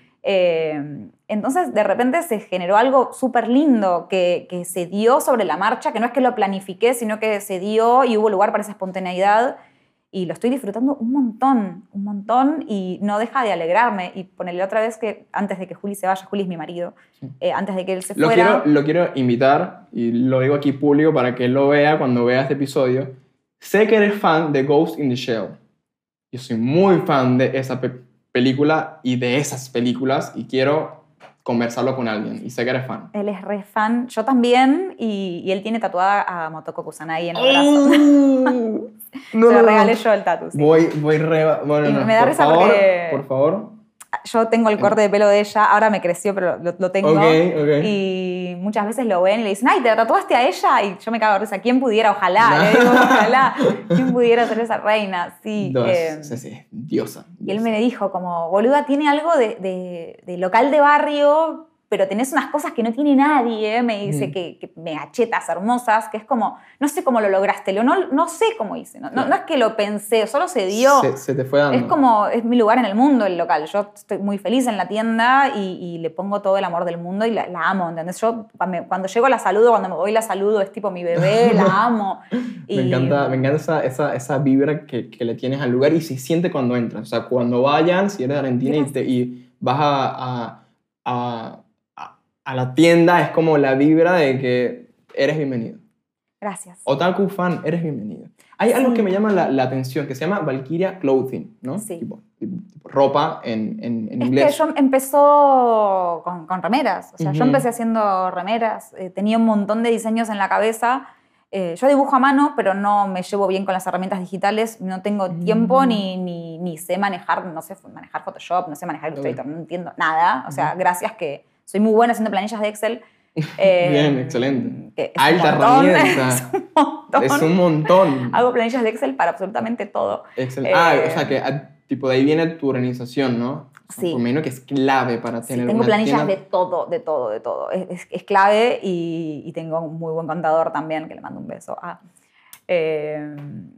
Eh, entonces, de repente se generó algo súper lindo que, que se dio sobre la marcha, que no es que lo planifiqué, sino que se dio y hubo lugar para esa espontaneidad. Y lo estoy disfrutando un montón, un montón, y no deja de alegrarme. Y ponerle otra vez que antes de que Juli se vaya, Juli es mi marido, sí. eh, antes de que él se lo fuera... Quiero, lo quiero invitar, y lo digo aquí público para que él lo vea cuando vea este episodio. Sé que eres fan de Ghost in the Shell. Yo soy muy fan de esa pe- película y de esas películas, y quiero conversarlo con alguien, y sé que eres fan. Él es re fan, yo también, y, y él tiene tatuada a Motoko Kusanagi en el brazo. Uh, no, Se lo no, regalé no. yo el tatu. Sí. Voy, voy re... Bueno, y no, me da por risa favor, porque... por favor. Yo tengo el corte de pelo de ella, ahora me creció, pero lo, lo tengo. Okay, okay. Y muchas veces lo ven y le dicen, ay, ¿te tatuaste a ella? Y yo me cago de risa. ¿Quién pudiera? Ojalá. Le digo, ojalá. ¿Quién pudiera ser esa reina? Sí. Dos, eh, sí, sí. Diosa, diosa. Y él me dijo como, boluda, tiene algo de, de, de local de barrio, pero tenés unas cosas que no tiene nadie. ¿eh? Me dice mm. que, que me achetas hermosas, que es como, no sé cómo lo lograste, Leo, no, no sé cómo hice. No, no, no es que lo pensé, solo se dio. Se, se te fue dando. Es como, es mi lugar en el mundo el local. Yo estoy muy feliz en la tienda y, y le pongo todo el amor del mundo y la, la amo, ¿entendés? Yo cuando, cuando llego la saludo, cuando me voy la saludo, es tipo mi bebé, la amo. Y, me encanta, me encanta esa, esa, esa vibra que, que le tienes al lugar y se siente cuando entras. O sea, cuando vayan, si eres de Argentina y, te, y vas a, a, a, a la tienda, es como la vibra de que eres bienvenido. Gracias. Otaku fan, eres bienvenido. Hay sí. algo que me llama la, la atención, que se llama Valkyria Clothing, ¿no? Sí. Tipo, tipo, tipo ropa en, en, en es inglés. Es que yo empezó con, con remeras. O sea, uh-huh. yo empecé haciendo remeras. Eh, tenía un montón de diseños en la cabeza. Eh, yo dibujo a mano, pero no me llevo bien con las herramientas digitales. No tengo uh-huh. tiempo ni, ni, ni sé manejar, no sé manejar Photoshop, no sé manejar Illustrator, okay. no entiendo nada. O sea, uh-huh. gracias que soy muy buena haciendo planillas de Excel. Eh, Bien, excelente. Alta herramienta. Es un montón. Es un montón. Hago planillas de Excel para absolutamente todo. Excel. Eh, ah, o sea que tipo de ahí viene tu organización, ¿no? Sí. Por menos que es clave para tener sí, tengo una planillas tienda. de todo, de todo, de todo. Es, es, es clave y, y tengo un muy buen contador también, que le mando un beso. Ah. Eh,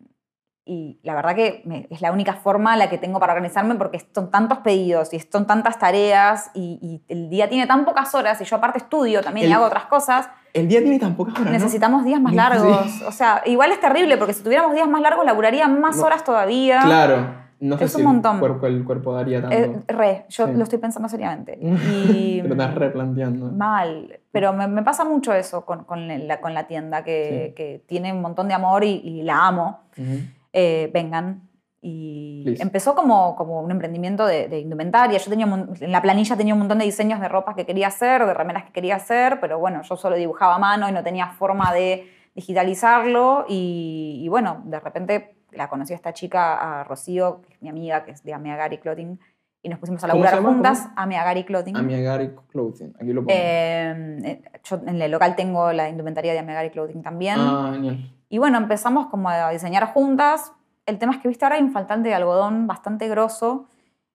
Y la verdad que me, es la única forma la que tengo para organizarme porque son tantos pedidos y son tantas tareas y, y el día tiene tan pocas horas y yo aparte estudio también el, y hago otras cosas. El día tiene tan pocas horas, Necesitamos ¿no? días más largos. Sí. O sea, igual es terrible porque si tuviéramos días más largos laburaría más no, horas todavía. Claro. No sé es si un montón. El, cuerpo, el cuerpo daría tanto. Eh, re, yo sí. lo estoy pensando seriamente. Y, te lo estás replanteando. Mal. Pero me, me pasa mucho eso con, con, la, con la tienda, que, sí. que tiene un montón de amor y, y la amo. Uh-huh. eh, vengan. Y Please. empezó como, como un emprendimiento de, de indumentaria. Yo tenía, en la planilla tenía un montón de diseños de ropas que quería hacer, de remeras que quería hacer, pero bueno, yo solo dibujaba a mano y no tenía forma de digitalizarlo. Y, y bueno, de repente la conocí a esta chica, a Rocío, que es mi amiga, que es de Amiagari Clothing, y nos pusimos a laburar juntas. Amiagari Clothing. Amiagari Clothing, aquí lo pongo. Eh, yo en el local tengo la indumentaria de Amiagari Clothing también. Ah, genial. Y bueno, empezamos como a diseñar juntas. El tema es que, viste, ahora hay un faltante de algodón bastante grosso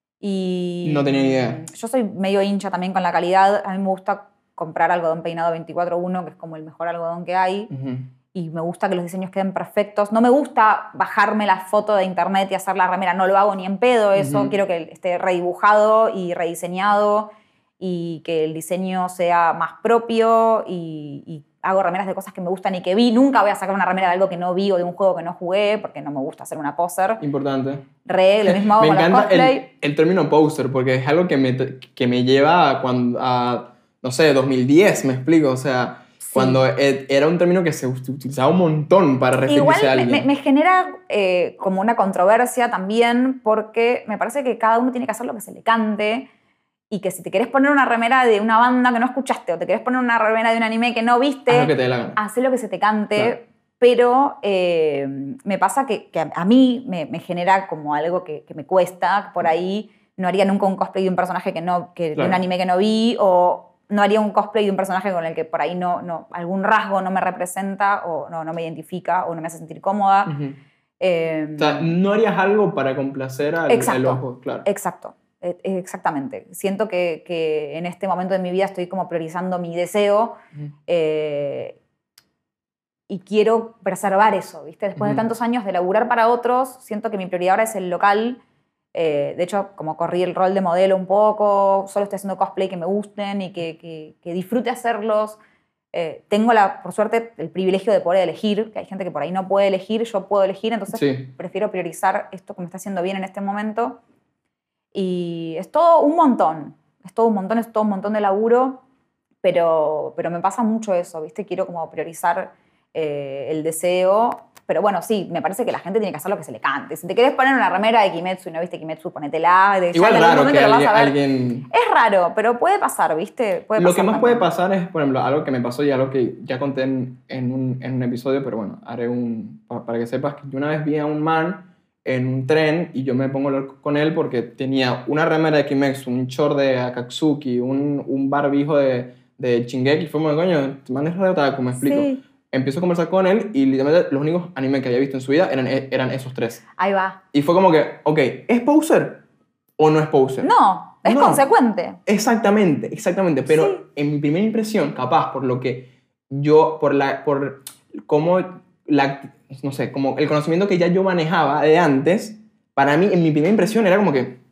y... No tenía ni idea. Yo soy medio hincha también con la calidad. A mí me gusta comprar algodón peinado veinticuatro uno, que es como el mejor algodón que hay. Uh-huh. Y me gusta que los diseños queden perfectos. No me gusta bajarme la foto de internet y hacer la remera. No lo hago ni en pedo eso. Uh-huh. Quiero que esté redibujado y rediseñado y que el diseño sea más propio y... y hago remeras de cosas que me gustan y que vi. Nunca voy a sacar una remera de algo que no vi o de un juego que no jugué, porque no me gusta ser una poser. Importante. Re, lo mismo hago me con encanta los cosplay. El, el término poser, porque es algo que me, que me lleva a, cuando, a, no sé, dos mil diez, me explico. O sea, sí. cuando era un término que se utilizaba un montón para referirse Igual a alguien. Me, me genera eh, como una controversia también, porque me parece que cada uno tiene que hacer lo que se le cante. Y que si te querés poner una remera de una banda que no escuchaste o te querés poner una remera de un anime que no viste, haz lo que te dé la gana. Hacé lo que se te cante. Claro. Pero eh, me pasa que, que a mí me, me genera como algo que, que me cuesta. Por ahí no haría nunca un cosplay de un personaje que no, que, claro. de un anime que no vi, o no haría un cosplay de un personaje con el que por ahí no, no, algún rasgo no me representa o no, no me identifica o no me hace sentir cómoda. Uh-huh. eh, o sea, no harías algo para complacer al, al ojo, claro. Exacto. Exactamente. Siento que, que en este momento de mi vida estoy como priorizando mi deseo uh-huh. eh, y quiero preservar eso, ¿viste? Después uh-huh. de tantos años de laburar para otros, siento que mi prioridad ahora es el local. Eh, de hecho, como corrí el rol de modelo un poco, solo estoy haciendo cosplay que me gusten y que, que, que disfrute hacerlos. Eh, tengo, la, por suerte, el privilegio de poder elegir, que hay gente que por ahí no puede elegir, yo puedo elegir, entonces sí. prefiero priorizar esto que me está haciendo bien en este momento. Y es todo un montón, es todo un montón, es todo un montón de laburo, pero, pero me pasa mucho eso, ¿viste? Quiero como priorizar eh, el deseo, pero bueno, sí, me parece que la gente tiene que hacer lo que se le cante. Si te querés poner una remera de Kimetsu y no viste Kimetsu, ponétela. De, Igual ya, raro que lo vas a ver. alguien... Es raro, pero puede pasar, ¿viste? Puede lo pasar que más también. puede pasar es, por ejemplo, algo que me pasó y algo que ya conté en, en, un, en un episodio, pero bueno, haré un... para que sepas que yo una vez vi a un man en un tren y yo me pongo a hablar con él porque tenía una remera de Kimetsu, un short de Akatsuki, un, un barbijo de, de Shingeki. Fue como, coño, te mandes re otaku, me explico. Sí. Empiezo a conversar con él y literalmente los únicos animes que había visto en su vida eran, eran esos tres. Ahí va. Y fue como que, ok, ¿es poser o no es poser? No, es no. consecuente. Exactamente, exactamente. Pero sí. en mi primera impresión, capaz, por lo que yo, por la, por cómo la... no sé, como el conocimiento que ya yo manejaba de antes, para mí, en mi primera impresión, era como que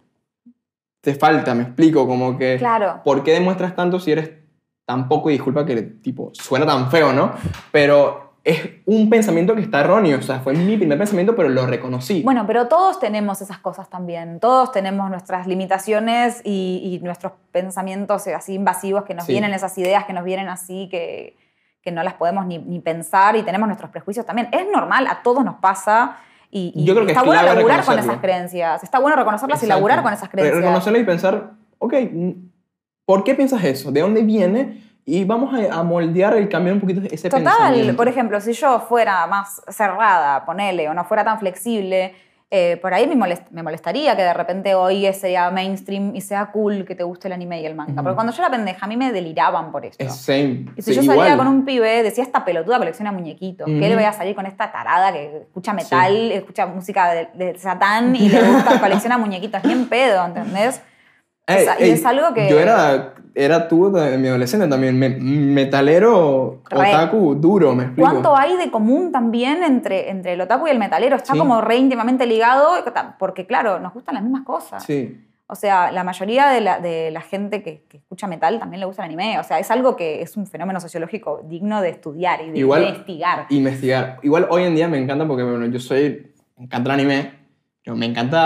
te falta, me explico, como que... Claro. ¿Por qué demuestras tanto si eres tan poco? Y disculpa que, tipo, suena tan feo, ¿no? Pero es un pensamiento que está erróneo, o sea, fue mi primer pensamiento, pero lo reconocí. Bueno, pero todos tenemos esas cosas también, todos tenemos nuestras limitaciones y, y nuestros pensamientos así invasivos que nos Sí. vienen, esas ideas que nos vienen así, que... que no las podemos ni, ni pensar y tenemos nuestros prejuicios también. Es normal, a todos nos pasa y, y Yo creo que está es bueno clave laburar con reconocerlo. esas creencias. Está bueno reconocerlas Exacto. y laburar con esas creencias. Reconocerlas y pensar, ok, ¿por qué piensas eso? ¿De dónde viene? Y vamos a, a moldear y cambiar un poquito ese Total, pensamiento. por ejemplo, si yo fuera más cerrada, ponele, o no fuera tan flexible, eh, por ahí me, molest, me molestaría que de repente hoy sea mainstream y sea cool que te guste el anime y el manga. Uh-huh. Porque cuando yo era pendeja, a mí me deliraban por esto. Es same. Y si sí, yo salía igual. con un pibe, decía, esta pelotuda colecciona muñequitos. Uh-huh. ¿Qué le voy a salir con esta tarada que escucha metal, Sí. escucha música de, de Satán y le gusta, colecciona muñequitos? Ni en pedo, ¿entendés? Ey, o sea, ey, y es algo que... Yo era, era tú en mi adolescente también, me, metalero, Re. otaku, duro, me explico. ¿Cuánto hay de común también entre, entre el otaku y el metalero? Está Sí. como re íntimamente ligado, porque claro, nos gustan las mismas cosas. Sí. O sea, la mayoría de la, de la gente que, que escucha metal también le gusta el anime. O sea, es algo que es un fenómeno sociológico digno de estudiar y de Igual, investigar. Investigar. Igual hoy en día me encanta porque, bueno, yo soy, me encanta el anime, pero me encanta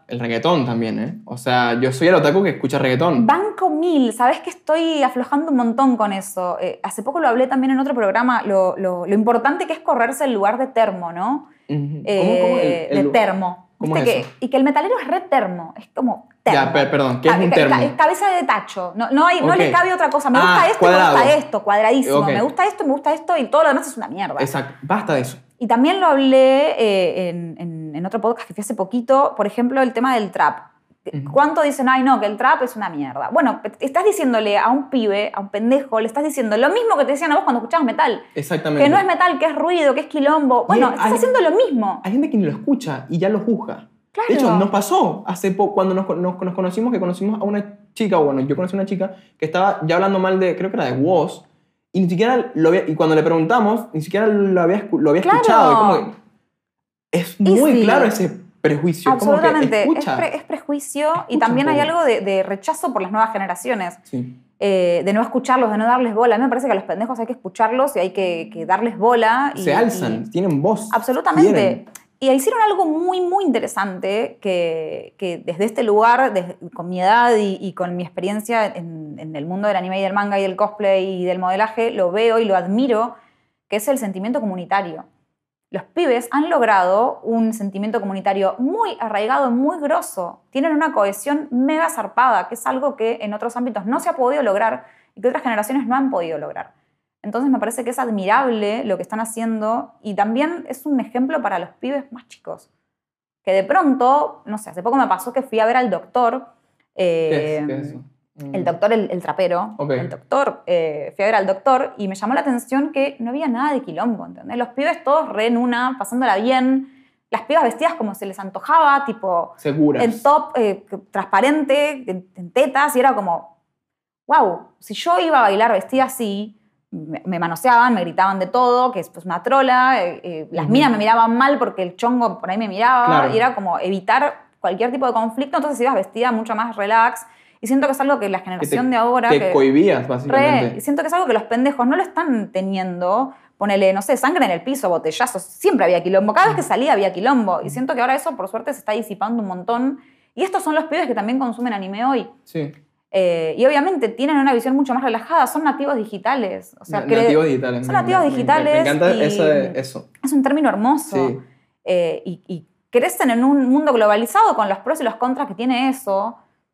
el reggaetón también, ¿eh? O sea, yo soy el otaku que escucha reggaetón. Banco mil, ¿sabes que estoy aflojando un montón con eso? Eh, hace poco lo hablé también en otro programa, lo, lo, lo importante que es correrse el lugar de termo, ¿no? Uh-huh. Eh, ¿Cómo, cómo? El, el, de termo. ¿Cómo ¿Viste es que, eso? y que el metalero es re termo, es como termo. Ya, per, perdón, ¿qué Ca- es un ca- termo? ca- cabeza de tacho, no, no, hay, Okay. no le cabe otra cosa. Me Ah, gusta esto, cuadrado. me gusta esto, cuadradísimo. Okay. Me gusta esto, me gusta esto y todo lo demás es una mierda. Exacto, basta de eso. Y también lo hablé eh, en, en, en otro podcast que fui hace poquito, por ejemplo, el tema del trap. Uh-huh. ¿Cuánto dicen, ay no, que el trap es una mierda? Bueno, estás diciéndole a un pibe, a un pendejo, le estás diciendo lo mismo que te decían a vos cuando escuchabas metal. Exactamente. Que no es metal, que es ruido, que es quilombo. Bueno, hay, estás haciendo lo mismo. Hay gente que ni lo escucha y ya lo juzga. Claro. De hecho, nos pasó hace poco, cuando nos, nos, nos conocimos, que conocimos a una chica, o bueno, yo conocí a una chica que estaba ya hablando mal de, creo que era de Woz, y ni siquiera lo había, y cuando le preguntamos, ni siquiera lo había, lo había Claro. escuchado. Y como que es muy sí. claro ese prejuicio. Absolutamente, como que es, escucha, pre, es prejuicio escucha y también un hay poco. algo de, de rechazo por las nuevas generaciones. Sí. Eh, de no escucharlos, de no darles bola. A mí me parece que a los pendejos hay que escucharlos y hay que, que darles bola. Y, Se alzan, y, tienen voz. absolutamente. Quieren. Y hicieron algo muy, muy interesante que, que desde este lugar, desde, con mi edad y, y con mi experiencia en, en el mundo del anime y del manga y del cosplay y del modelaje, lo veo y lo admiro, que es el sentimiento comunitario. Los pibes han logrado un sentimiento comunitario muy arraigado, muy grosso. Tienen una cohesión mega zarpada, que es algo que en otros ámbitos no se ha podido lograr y que otras generaciones no han podido lograr. Entonces me parece que es admirable lo que están haciendo y también es un ejemplo para los pibes más chicos. Que de pronto, no sé, hace poco me pasó que fui a ver al doctor. Eh, ¿Qué es, qué es eso? El doctor, el, el trapero, Okay. el doctor, eh, fui a ver al doctor y me llamó la atención que no había nada de quilombo, ¿entendés? Los pibes todos re en una, pasándola bien, las pibas vestidas como se les antojaba, tipo Seguras. en top eh, transparente, en, en tetas, y era como, wow, si yo iba a bailar vestida así, me, me manoseaban, me gritaban de todo, que es pues, una trola, eh, eh, las Uh-huh. minas me miraban mal porque el chongo por ahí me miraba, Claro. y era como evitar cualquier tipo de conflicto, entonces ibas vestida mucho más relax. Y siento que es algo que la generación te, de ahora... Te que, cohibías, básicamente. re, y siento que es algo que los pendejos no lo están teniendo. Ponele, no sé, sangre en el piso, botellazos. Siempre había quilombo. Cada vez que salía había quilombo. Y siento que ahora eso, por suerte, se está disipando un montón. Y estos son los pibes que también consumen anime hoy. Sí. Eh, y obviamente tienen una visión mucho más relajada. Son nativos digitales. O sea, nativos digitales. Son nativos me, digitales. Me, me encanta y ese, eso. Es un término hermoso. Sí. Eh, y, y crecen en un mundo globalizado con los pros y los contras que tiene eso.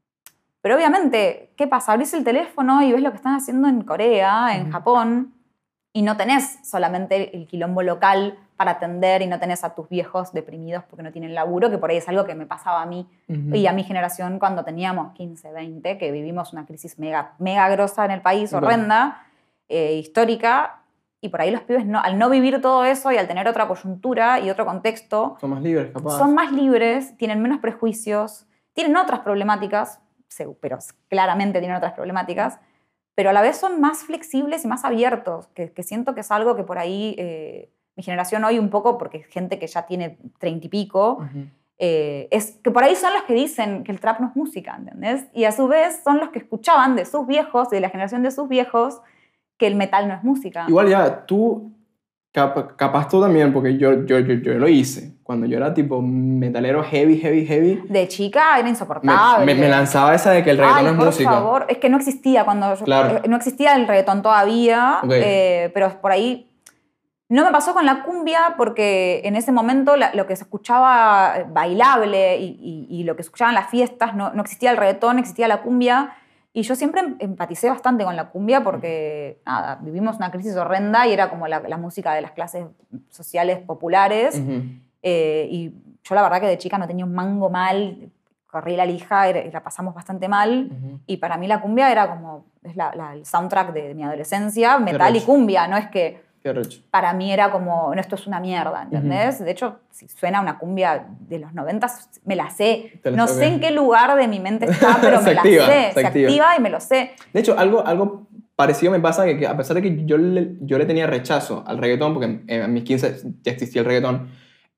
Pero obviamente, ¿qué pasa? Abrís el teléfono y ves lo que están haciendo en Corea, en Uh-huh. Japón, y no tenés solamente el quilombo local para atender y no tenés a tus viejos deprimidos porque no tienen laburo, que por ahí es algo que me pasaba a mí Uh-huh. y a mi generación cuando teníamos quince, veinte, que vivimos una crisis mega, mega grosa en el país, horrenda, eh, histórica, y por ahí los pibes, no, al no vivir todo eso y al tener otra coyuntura y otro contexto, Son más libres, capaz. son más libres, tienen menos prejuicios, tienen otras problemáticas, pero claramente tienen otras problemáticas, pero a la vez son más flexibles y más abiertos, que, que siento que es algo que por ahí eh, mi generación hoy un poco, porque es gente que ya tiene treinta y pico, Uh-huh. eh, es que por ahí son los que dicen que el trap no es música, ¿entendés? Y a su vez son los que escuchaban de sus viejos, de la generación de sus viejos, que el metal no es música. Igual ya, tú, cap, capaz tú también, porque yo, yo, yo, yo lo hice. Cuando yo era tipo metalero heavy, heavy, heavy, De chica era me, insoportable. me, me lanzaba esa de que el reggaetón Ay, no es por música. favor, es que no existía cuando yo- Claro. eh, no existía el reggaetón todavía, Ok. eh, pero por ahí no me pasó con la cumbia porque en ese momento la- lo que se escuchaba eh, bailable y, y- y lo que se escuchaba en las fiestas no, no existía el reggaetón, existía la cumbia. Y yo siempre em- empaticé bastante con la cumbia porque, nada, vivimos una crisis horrenda y era como la, la música de las clases sociales populares. Uh-huh. Eh, y yo la verdad que de chica no tenía un mango mal, corrí la lija y la pasamos bastante mal. Uh-huh. Y para mí la cumbia era como, es la, la- el soundtrack de, de mi adolescencia, metal y recho. cumbia, no es que Qué recho. para mí era como, no, esto es una mierda, ¿entendés? De hecho, si suena una cumbia de los noventas, me la sé. Te la No sé, sé ok. en qué lugar de mi mente está, pero Se me activa, la sé. se Se, activa. activa y me lo sé. De hecho, algo, algo parecido me pasa que, que a pesar de que yo le, yo le tenía rechazo al reggaetón, porque en, en mis quince ya existía el reggaetón,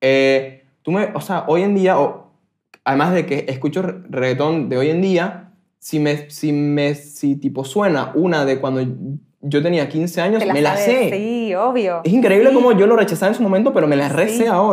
eh, tú me, o sea, hoy en día, o, además de que escucho re- reggaetón de hoy en día, si me, si me, si tipo suena una de cuando yo tenía quince años, Te la me la sabes, sé. Sí, obvio. Es increíble Sí. cómo yo lo rechazaba en su momento, pero me la re Sí. sé ahora.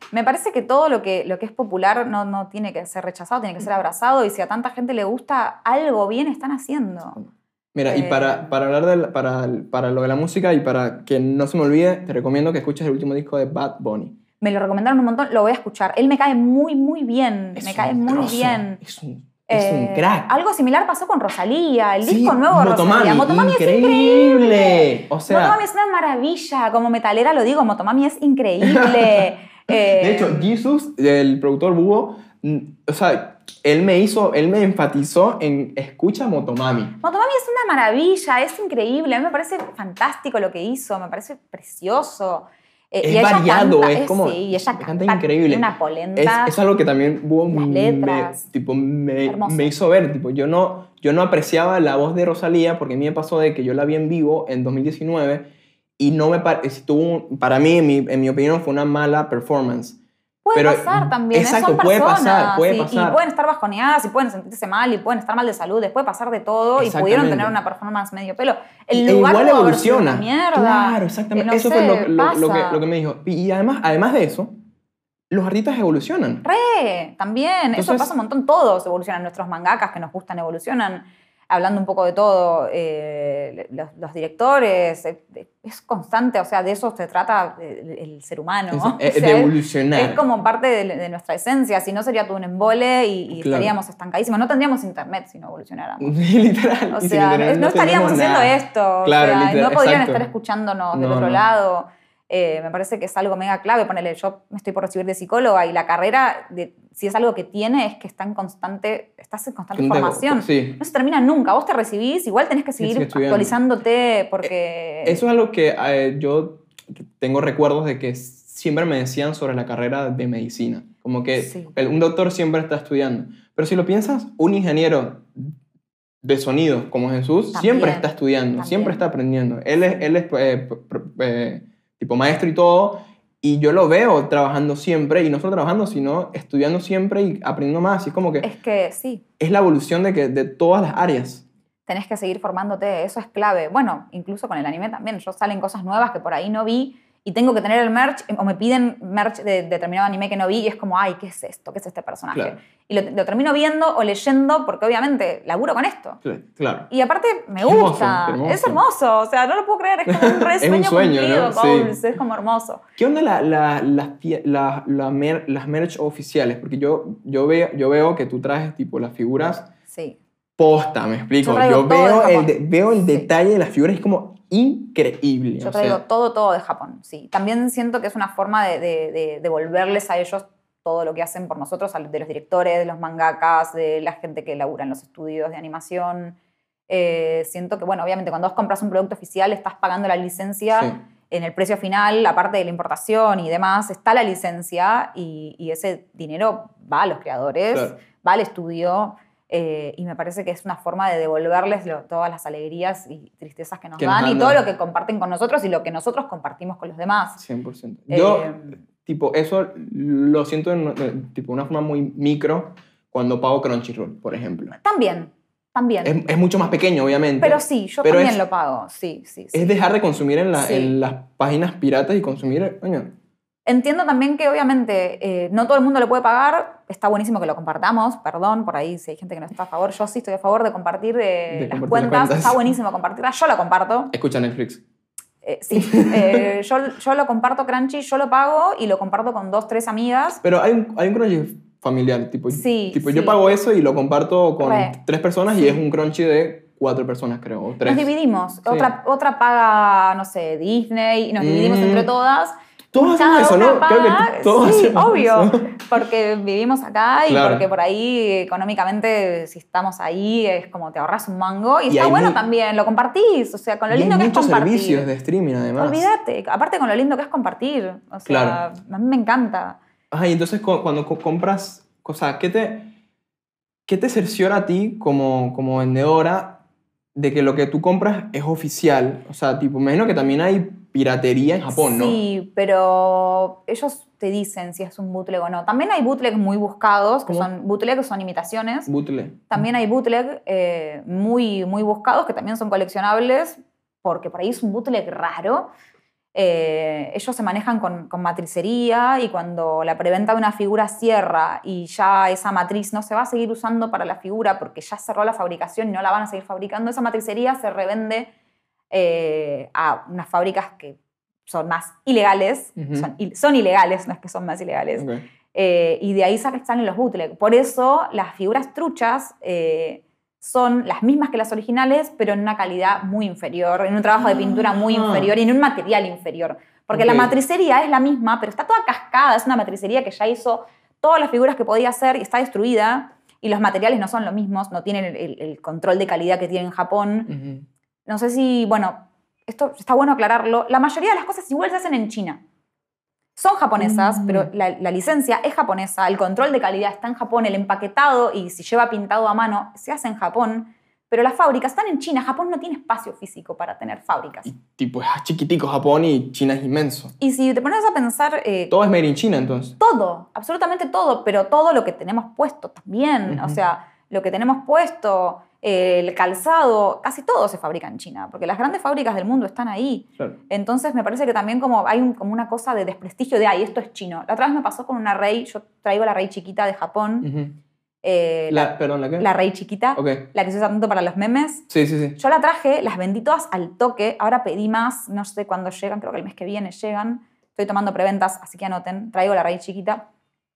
Me parece que todo lo que, lo que es popular no, no tiene que ser rechazado, tiene que ser abrazado, y si a tanta gente le gusta, algo bien están haciendo. Mira, Eh, y para, para hablar de la- para, para lo de la música y para que no se me olvide, te recomiendo que escuches el último disco de Bad Bunny. Me lo recomendaron un montón, lo voy a escuchar. Él me cae muy, muy bien, Es me un cae muy grosso, bien. Es un, es un Eh, crack. Algo similar pasó con Rosalía, el Sí, disco nuevo de Motomami, Rosalía. Motomami es increíble. increíble. O sea, Motomami es una maravilla, como metalera lo digo, Motomami es increíble. Eh, de hecho, Jesus, el productor Búho, mm, o sea, él me hizo, él me enfatizó en escucha Motomami. Motomami es una maravilla, es increíble. A mí me parece fantástico lo que hizo, me parece precioso. Eh, Es y ella variado, canta, es eh, como, sí, y ella canta, canta, increíble. tiene una Es, polenta. es algo que también Búho Las me, letras. tipo, me, Hermoso. me hizo ver. Tipo, yo, no, yo no apreciaba la voz de Rosalía porque a mí me pasó de que yo la vi en vivo en dos mil diecinueve y no me pare- estuvo, para mí, en mi, en mi opinión, fue una mala performance. Puede Pero, pasar también, ¿eh? exacto, Son puede personas, pasar, puede y, pasar. y pueden estar bajoneadas, y pueden sentirse mal, y pueden estar mal de salud, les puede pasar de todo, y pudieron Exactamente. tener una performance medio pelo. El Y- e lugar igual pudo haber sido evoluciona. una mierda. Claro, exactamente. Eh, no Eso sé, fue lo, lo- lo que, pasa. lo que me dijo. Y, y además, además de eso, los artistas evolucionan. Re, también, eso Entonces- pasa un montón, todos evolucionan, nuestros mangakas que nos gustan evolucionan, hablando un poco de todo, eh, los, los directores, eh, es constante, o sea, de eso se trata el, el ser humano. Es- O es sea, de evolucionar. Es como parte de, de nuestra esencia, si no sería todo un embole y, y Claro. estaríamos estancadísimos, no tendríamos internet si no evolucionáramos. Literal. O y sin sea, internet no, no estaríamos tenemos haciendo nada. esto, o Claro, sea, literal, no podrían exacto. estar escuchándonos del No, otro no. lado. Eh, me parece que es algo mega clave. Ponele, yo me estoy por recibir de psicóloga y la carrera, de, si es algo que tiene, es que está en constante, estás en constante Constante, formación. sí. No se termina nunca. Vos te recibís, igual tenés que seguir sigue estudiando. actualizándote porque... Eso es algo que eh, yo tengo recuerdos de que siempre me decían sobre la carrera de medicina. Como que Sí. el- un doctor siempre está estudiando. Pero si lo piensas, un ingeniero de sonido como Jesús También, siempre está estudiando, también. siempre está aprendiendo. Él es, él es eh, pr- pr- eh, tipo maestro y todo, y yo lo veo trabajando siempre, y no solo trabajando, sino estudiando siempre y aprendiendo más. Y es como que Es que sí, es la evolución de, que, de todas las áreas. tenés que seguir formándote, eso es clave. Bueno, incluso con el anime también, yo salen cosas nuevas que por ahí no vi y tengo que tener el merch, o me piden merch de determinado anime que no vi y es como, ay, ¿qué es esto? ¿Qué es este personaje? Claro. Y lo, lo termino viendo o leyendo porque obviamente laburo con esto. Claro. Y aparte me Qué hermoso, gusta, qué hermoso. es hermoso, o sea, no lo puedo creer, es como un re Es un sueño sueño, cumplido, ¿no? Sí. Pauls, es como hermoso. ¿Qué onda la, la, las, pie- la, la mer- las merch oficiales? Porque yo, yo, veo, yo veo que tú traes tipo las figuras Sí. posta, me explico. Yo traigo Yo todo de veo, el, Japón. de- veo el Sí. detalle de las figuras y es como increíble. Yo o traigo sea, todo, todo de Japón, sí. También siento que es una forma de, de, de devolverles a ellos todo lo que hacen por nosotros, a- de los directores, de los mangakas, de la gente que labura en los estudios de animación. Eh, siento que, bueno, obviamente cuando vos compras un producto oficial estás pagando la licencia Sí. en el precio final, aparte de la importación y demás, está la licencia y, y ese dinero va a los creadores, Claro. va al estudio. Eh, y me parece que es una forma de devolverles lo- todas las alegrías y tristezas que nos Que nos dan y dan, todo ¿no? lo que comparten con nosotros y lo que nosotros compartimos con los demás. cien por ciento. Yo, Eh, tipo, eso lo siento en de- tipo, una forma muy micro cuando pago Crunchyroll, por ejemplo. También, también. Es, es mucho más pequeño, obviamente. Pero sí, yo pero también es- lo pago, sí, sí. sí. Es dejar de consumir en, la- Sí. en las páginas piratas y consumir, coño, Entiendo también que obviamente eh, no todo el mundo lo puede pagar, está buenísimo que lo compartamos, perdón, por ahí si hay gente que no está a favor, yo sí estoy a favor de compartir eh, De las compartir cuentas, las cuentas. está buenísimo compartirlas, yo lo comparto. escucha Netflix. Eh, sí, eh, yo, yo lo comparto Crunchy, yo lo pago y lo comparto con dos, tres amigas. Pero hay un, hay un Crunchy familiar, tipo, Sí, tipo sí. yo pago eso y lo comparto con Re. tres personas y Sí. es un Crunchy de cuatro personas, creo, o tres. Nos dividimos. Sí. Otra, otra paga, no sé, Disney, y nos dividimos Mm. entre todas. Todos Cada hacemos eso, una ¿no? Creo que paga- todos sí, hacemos obvio. eso. Porque vivimos acá y Claro. porque por ahí económicamente, si estamos ahí, es como te ahorras un mango. Y, Y está hay bueno mu- también, lo compartís. O sea, con lo Y hay lindo que es muchos compartir. servicios de streaming, además. Olvídate. Aparte con lo lindo que es compartir. O sea, Claro. a mí me encanta. Ajá, y entonces cu- cuando co- compras, o sea, ¿qué te, qué te cerciora a ti como, como vendedora de que lo que tú compras es oficial? O sea, tipo, me imagino que también hay piratería en Japón, ¿no? Sí, pero ellos te dicen si es un bootleg o no. También hay bootlegs muy buscados, que ¿Cómo? son bootlegs, son imitaciones. Bootleg. También hay bootleg eh, muy, muy buscados, que también son coleccionables, porque por ahí es un bootleg raro. Eh, ellos se manejan con, con matricería y cuando la preventa de una figura cierra y ya esa matriz no se va a seguir usando para la figura porque ya cerró la fabricación y no la van a seguir fabricando, esa matricería se revende eh, a unas fábricas que son más ilegales, Ujú. son, son ilegales, no es que son más ilegales, Okay. eh, y de ahí salen los bootleg. Por eso las figuras truchas eh, son las mismas que las originales, pero en una calidad muy inferior, en un trabajo de pintura muy Ah. inferior y en un material inferior. Porque Ok. la matricería es la misma, pero está toda cascada, es una matricería que ya hizo todas las figuras que podía hacer y está destruida, y los materiales no son los mismos, no tienen el, el- el control de calidad que tiene en Japón. Ujú. No sé si, bueno, esto está bueno aclararlo, la mayoría de las cosas igual se hacen en China. Son japonesas, Mm. pero la, la licencia es japonesa, el control de calidad está en Japón, el empaquetado y si lleva pintado a mano se hace en Japón, pero las fábricas están en China. Japón no tiene espacio físico para tener fábricas. Y tipo, es chiquitico Japón y China es inmenso. Y si te pones a pensar, eh, Todo es made in China, entonces. todo, absolutamente todo, pero todo lo que tenemos puesto también, Ujú. o sea, lo que tenemos puesto, eh, el calzado, casi todo se fabrica en China, porque las grandes fábricas del mundo están ahí. Claro. Entonces me parece que también como hay un- como una cosa de desprestigio de, ay, esto es chino. La otra vez me pasó con una Rey, yo traigo la Rey chiquita de Japón, Ujú. eh, La, la, perdón, ¿la qué? la Rey chiquita, Ok. la que se usa tanto para los memes. Sí, sí, sí. Yo la traje, las vendí todas al toque, ahora pedí más, no sé cuándo llegan, creo que el mes que viene llegan. Estoy tomando preventas, así que anoten, traigo la Rey chiquita.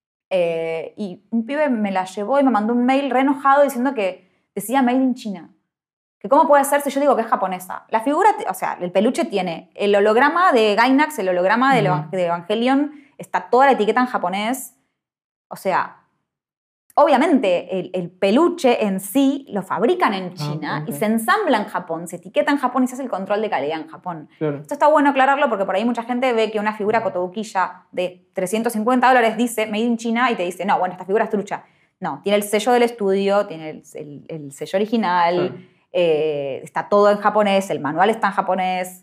Eh, y un pibe me la llevó y me mandó un mail re enojado diciendo que decía Made in China. Que cómo puede ser si yo digo que es japonesa. La figura, o sea, el peluche tiene el holograma de Gainax, el holograma del Ujú. Evan- de Evangelion, está toda la etiqueta en japonés. O sea, obviamente el, el peluche en sí lo fabrican en China Ah, ok. y se ensambla en Japón, se etiqueta en Japón y se hace el control de calidad en Japón. Claro. Esto está bueno aclararlo porque por ahí mucha gente ve que una figura kotobukiya de trescientos cincuenta dólares dice Made in China y te dice, no, bueno, esta figura es trucha. No, tiene el sello del estudio, tiene el, el- el sello original, Claro. eh, está todo en japonés, el manual está en japonés.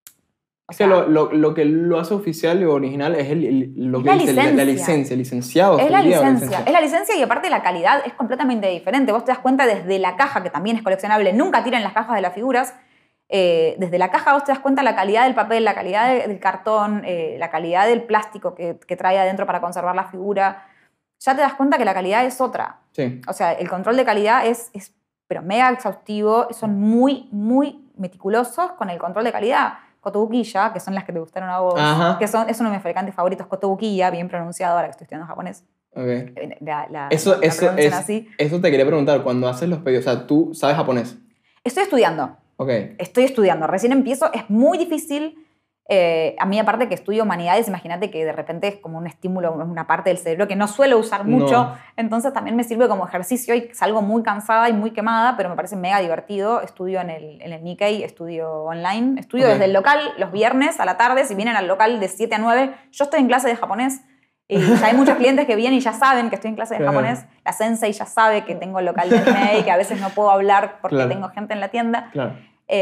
O Es que sea, lo, lo, lo que lo hace oficial y original es el, el- lo Es que la dice la, la licencia. licencia, licenciado. es la sería, o licencia, es la licencia y aparte la calidad es completamente diferente. Vos te das cuenta desde la caja, que también es coleccionable, nunca tiren las cajas de las figuras. Eh, desde la caja vos te das cuenta la calidad del papel, la calidad de- del cartón, eh, la calidad del plástico que, que trae adentro para conservar la figura. Ya te das cuenta que la calidad es otra. Sí. O sea, el control de calidad es, es pero mega exhaustivo, son muy, muy meticulosos con el control de calidad. Kotobukiya, que son las que te gustaron a vos, Ajá. que son, es uno de mis fabricantes favoritos, Kotobukiya, bien pronunciado ahora que estoy estudiando japonés. Ok. Eh, La, la- Eso, la eso, pronuncian es, así. eso te quería preguntar. Cuando haces los pedidos, o sea, tú sabes japonés. Estoy estudiando, Ok. estoy estudiando, recién empiezo, es muy difícil. Eh, a mí, aparte que estudio humanidades, imagínate que de repente es como un estímulo, una parte del cerebro que no suelo usar mucho, No. entonces también me sirve como ejercicio y salgo muy cansada y muy quemada, pero me parece mega divertido. Estudio en el, en el Nikkei, estudio online, estudio Ok. desde el local los viernes a la tarde, si vienen al local de siete a nueve, yo estoy en clase de japonés. Y ya hay muchos clientes que vienen y ya saben que estoy en clase de Claro. japonés. La sensei ya sabe que tengo el local de anime y que a veces no puedo hablar porque Claro. tengo gente en la tienda. Claro.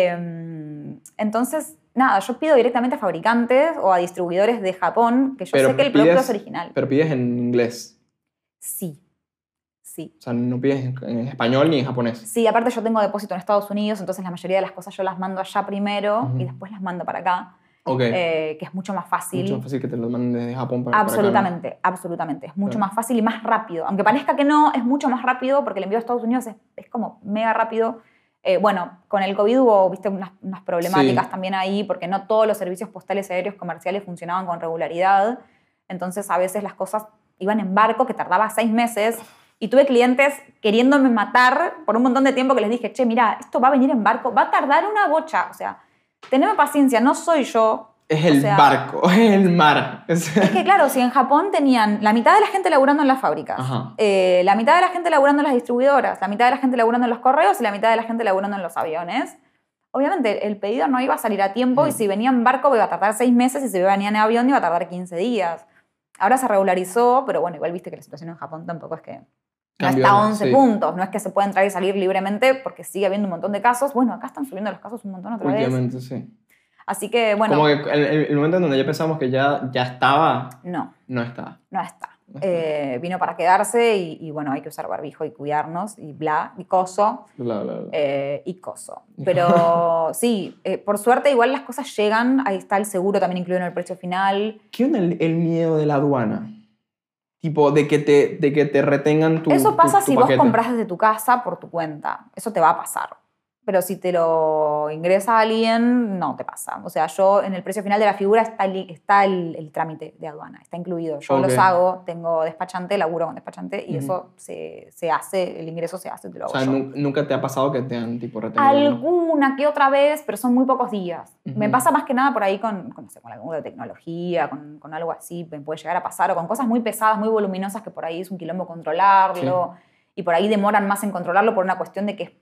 Eh, entonces, nada, yo pido directamente a fabricantes o a distribuidores de Japón, que yo Pero sé que el producto pides- es original. Pero pides en inglés. Sí, sí. O sea, no pides en, en español ni en japonés. Sí, aparte yo tengo depósito en Estados Unidos, entonces la mayoría de las cosas yo las mando allá primero Ujú. y después las mando para acá, Ok. eh, que es mucho más fácil. Mucho más fácil que te lo manden desde Japón para, para acá, ¿no? Absolutamente, absolutamente. Es mucho Claro. más fácil y más rápido. Aunque parezca que no, es mucho más rápido porque el envío a Estados Unidos es, es como mega rápido. Eh, bueno, con el COVID hubo, viste, unas, unas problemáticas Sí. también ahí porque no todos los servicios postales aéreos comerciales funcionaban con regularidad. Entonces a veces las cosas iban en barco que tardaba seis meses y tuve clientes queriéndome matar por un montón de tiempo que les dije, che, mira, esto va a venir en barco, va a tardar una bocha. O sea, teneme paciencia, no soy yo. Es O el sea, barco, es el mar. Es- Es que claro, si en Japón tenían la mitad de la gente laburando en las fábricas, Ajá. eh, la mitad de la gente laburando en las distribuidoras, la mitad de la gente laburando en los correos y la mitad de la gente laburando en los aviones, obviamente el pedido no iba a salir a tiempo y Mm. si venía en barco iba a tardar seis meses y si venía en avión iba a tardar quince días. Ahora se regularizó, pero bueno, igual viste que la situación en Japón tampoco es que no Cambió, está a once sí. puntos, no es que se pueda entrar y salir libremente porque sigue habiendo un montón de casos. Bueno, acá están subiendo los casos un montón otra vez. Últimamente, sí. Así que bueno, Como que el, el- el momento en donde ya pensamos que ya, ya estaba, no. no estaba. No está. Eh, vino para quedarse y, y, bueno, hay que usar barbijo y cuidarnos y bla, y coso. Bla, bla, bla. Eh, y coso. Pero sí, eh, por suerte igual las cosas llegan, ahí está el seguro también incluido en el precio final. ¿Qué onda el, el miedo de la aduana? Tipo, de que te, de que te retengan tu Eso pasa tu, tu si paquete. vos compras desde tu casa por tu cuenta. Eso te va a pasar. Pero si te lo ingresa alguien, no te pasa. O sea, yo en el precio final de la figura está el, está el, el trámite de aduana, está incluido. Yo Okay. los hago, tengo despachante, laburo con despachante y Uh-huh. eso se, se hace, el ingreso se hace, te lo hago O sea, yo. nu- nunca te ha pasado que te han tipo retenido. Alguna que otra vez, pero son muy pocos días. Uh-huh. Me pasa más que nada por ahí con, con, no sé, con alguna de tecnología, con, con algo así, me puede llegar a pasar, o con cosas muy pesadas, muy voluminosas que por ahí es un quilombo controlarlo, sí. Y por ahí demoran más en controlarlo por una cuestión de que es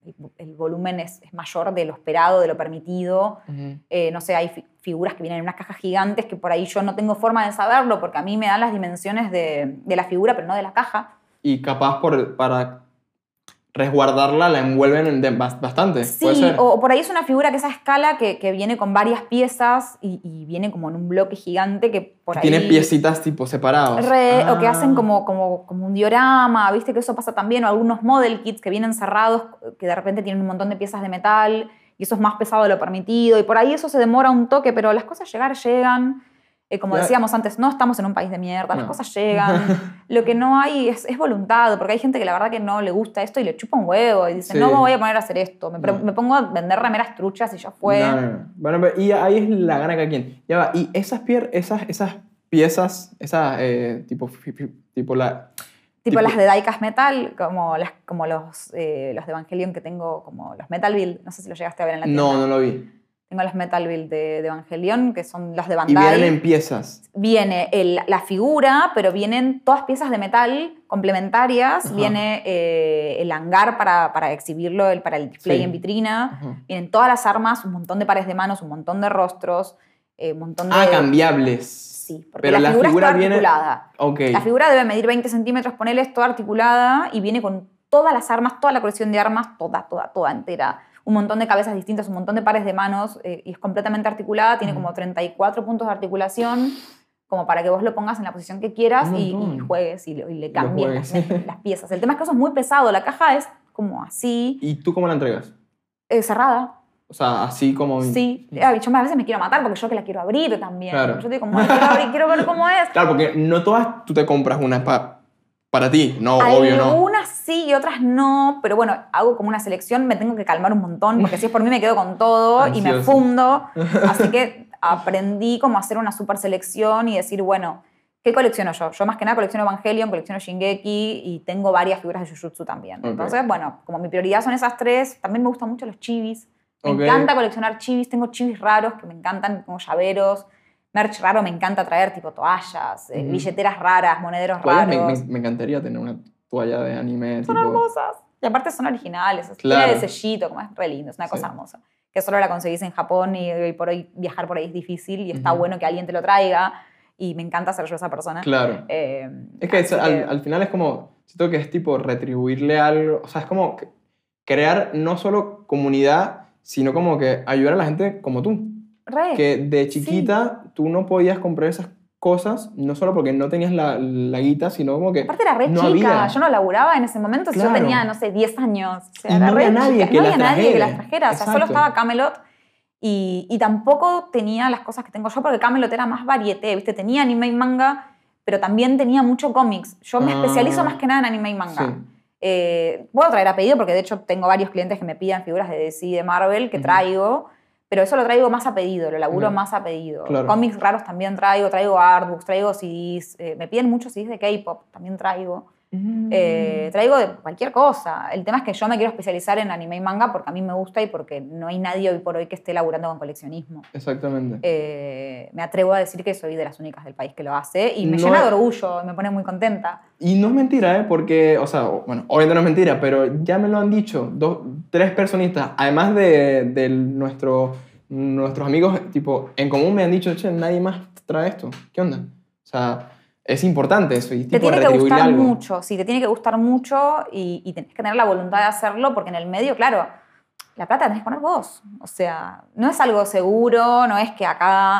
el volumen es, es mayor de lo esperado, de lo permitido. Uh-huh. Eh, no sé, hay fi figuras que vienen en unas cajas gigantes que por ahí yo no tengo forma de saberlo porque a mí me dan las dimensiones de, de la figura, pero no de la caja. Y capaz por, para resguardarla la envuelven de bastante. Sí, ¿puede ser? O, o por ahí es una figura que esa escala que, que viene con varias piezas y, y viene como en un bloque gigante que por que ahí... Tiene piecitas tipo separadas. Re, ah. O que hacen como, como, como un diorama, viste que eso pasa también, o algunos model kits que vienen cerrados que de repente tienen un montón de piezas de metal y eso es más pesado de lo permitido y por ahí eso se demora un toque, pero las cosas llegar llegan. Eh, como ya. decíamos antes, no estamos en un país de mierda, no. Las cosas llegan. Lo que no hay es, es voluntad, porque hay gente que la verdad que no le gusta esto y le chupa un huevo y dice, sí. no me voy a poner a hacer esto, me, no. me pongo a vender remeras truchas y ya fue. No, no, no. Bueno, y ahí es la gana cada quien. Ya va, y esas, pier esas, esas piezas, esas eh, tipo, tipo la... Tipo, tipo las de Diecast Metal, como, las, como los, eh, los de Evangelion que tengo, como los Metal Build, no sé si los llegaste a ver en la tienda. No, no lo vi. Tengo las Metal Build de, de Evangelion, que son las de Bandai. Y vienen en piezas. Viene el, la figura, pero vienen todas piezas de metal complementarias. Ajá. Viene eh, el hangar para, para exhibirlo, el, para el display sí. en vitrina. Ajá. Vienen todas las armas, un montón de pares de manos, un montón de rostros, eh, un montón de... Ah, cambiables. Sí, porque pero la, la figura, figura está viene... articulada. Okay. La figura debe medir veinte centímetros, ponele, es toda articulada y viene con todas las armas, toda la colección de armas, toda, toda, toda entera. Un montón de cabezas distintas, un montón de pares de manos eh, y es completamente articulada, tiene como treinta y cuatro puntos de articulación, como para que vos lo pongas en la posición que quieras y, y juegues y, y le cambies las, las piezas. El tema es que eso es muy pesado, la caja es como así. ¿Y tú cómo la entregas? Eh, cerrada. O sea, así como... Sí, yo a veces me quiero matar porque yo que la quiero abrir también. Claro. Yo digo, como, quiero abrir, quiero ver cómo es. Claro, porque no todas tú te compras una para... Para ti, no, obvio no. Algunas sí y otras no, pero bueno, hago como una selección, me tengo que calmar un montón, porque si es por mí me quedo con todo Ansioso. Y me fundo. Así que aprendí como a hacer una super selección y decir, bueno, ¿qué colecciono yo? Yo más que nada colecciono Evangelion, colecciono Shingeki y tengo varias figuras de Jujutsu también. Okay. Entonces, bueno, como mi prioridad son esas tres, también me gustan mucho los chivis. Me okay. encanta coleccionar chivis, tengo chivis raros que me encantan, como llaveros. Merch raro me encanta traer, tipo toallas, eh, uh-huh. billeteras raras, monederos raros. Me, me, me encantaría tener una toalla de anime. Son tipo... hermosas. Y aparte son originales. Claro. Tiene de sellito, como es re lindo, es una cosa sí. hermosa. Que solo la conseguís en Japón y, y por hoy viajar por ahí es difícil y está uh-huh. bueno que alguien te lo traiga. Y me encanta ser yo esa persona. Claro. Eh, es que, es, que... Al, al final es como, siento que es tipo retribuirle algo, o sea, es como crear no solo comunidad, sino como que ayudar a la gente como tú. Re, que de chiquita sí. tú no podías comprar esas cosas, no solo porque no tenías la, la guita, sino como que aparte era re no chica, había. Yo no laburaba en ese momento, claro. Yo tenía, no sé, diez años. O sea, y era no había re nadie chica. que no las había nadie trajera. que las trajera, o sea, solo estaba Camelot y, y tampoco tenía las cosas que tengo yo porque Camelot era más varieté, ¿viste? Tenía anime y manga, pero también tenía mucho cómics. Yo me ah, especializo más que nada en anime y manga. Sí. Eh, puedo traer a pedido porque de hecho tengo varios clientes que me piden figuras de D C y de Marvel que uh-huh. traigo. Pero eso lo traigo más a pedido, lo laburo uh-huh. más a pedido. Claro. Cómics raros también traigo, traigo artbooks, traigo C Ds. Eh, me piden muchos C Ds de K-pop, también traigo. Uh-huh. eh, traigo de cualquier cosa. El tema es que yo me quiero especializar en anime y manga porque a mí me gusta y porque no hay nadie hoy por hoy que esté laburando con coleccionismo. Exactamente. Eh, me atrevo a decir que soy de las únicas del país que lo hace y me no llena es... de orgullo, me pone muy contenta. Y no es mentira, ¿eh? Porque, o sea, bueno, obviamente no es mentira, pero ya me lo han dicho dos, tres personistas, además de, de nuestro... nuestros amigos, tipo, en común me han dicho, che, nadie más trae esto. ¿Qué onda? O sea, es importante eso. Y, tipo, te tiene que gustar algo. mucho, sí, te tiene que gustar mucho y, y tenés que tener la voluntad de hacerlo porque en el medio, claro, la plata la tenés que poner vos. O sea, no es algo seguro, no es que acá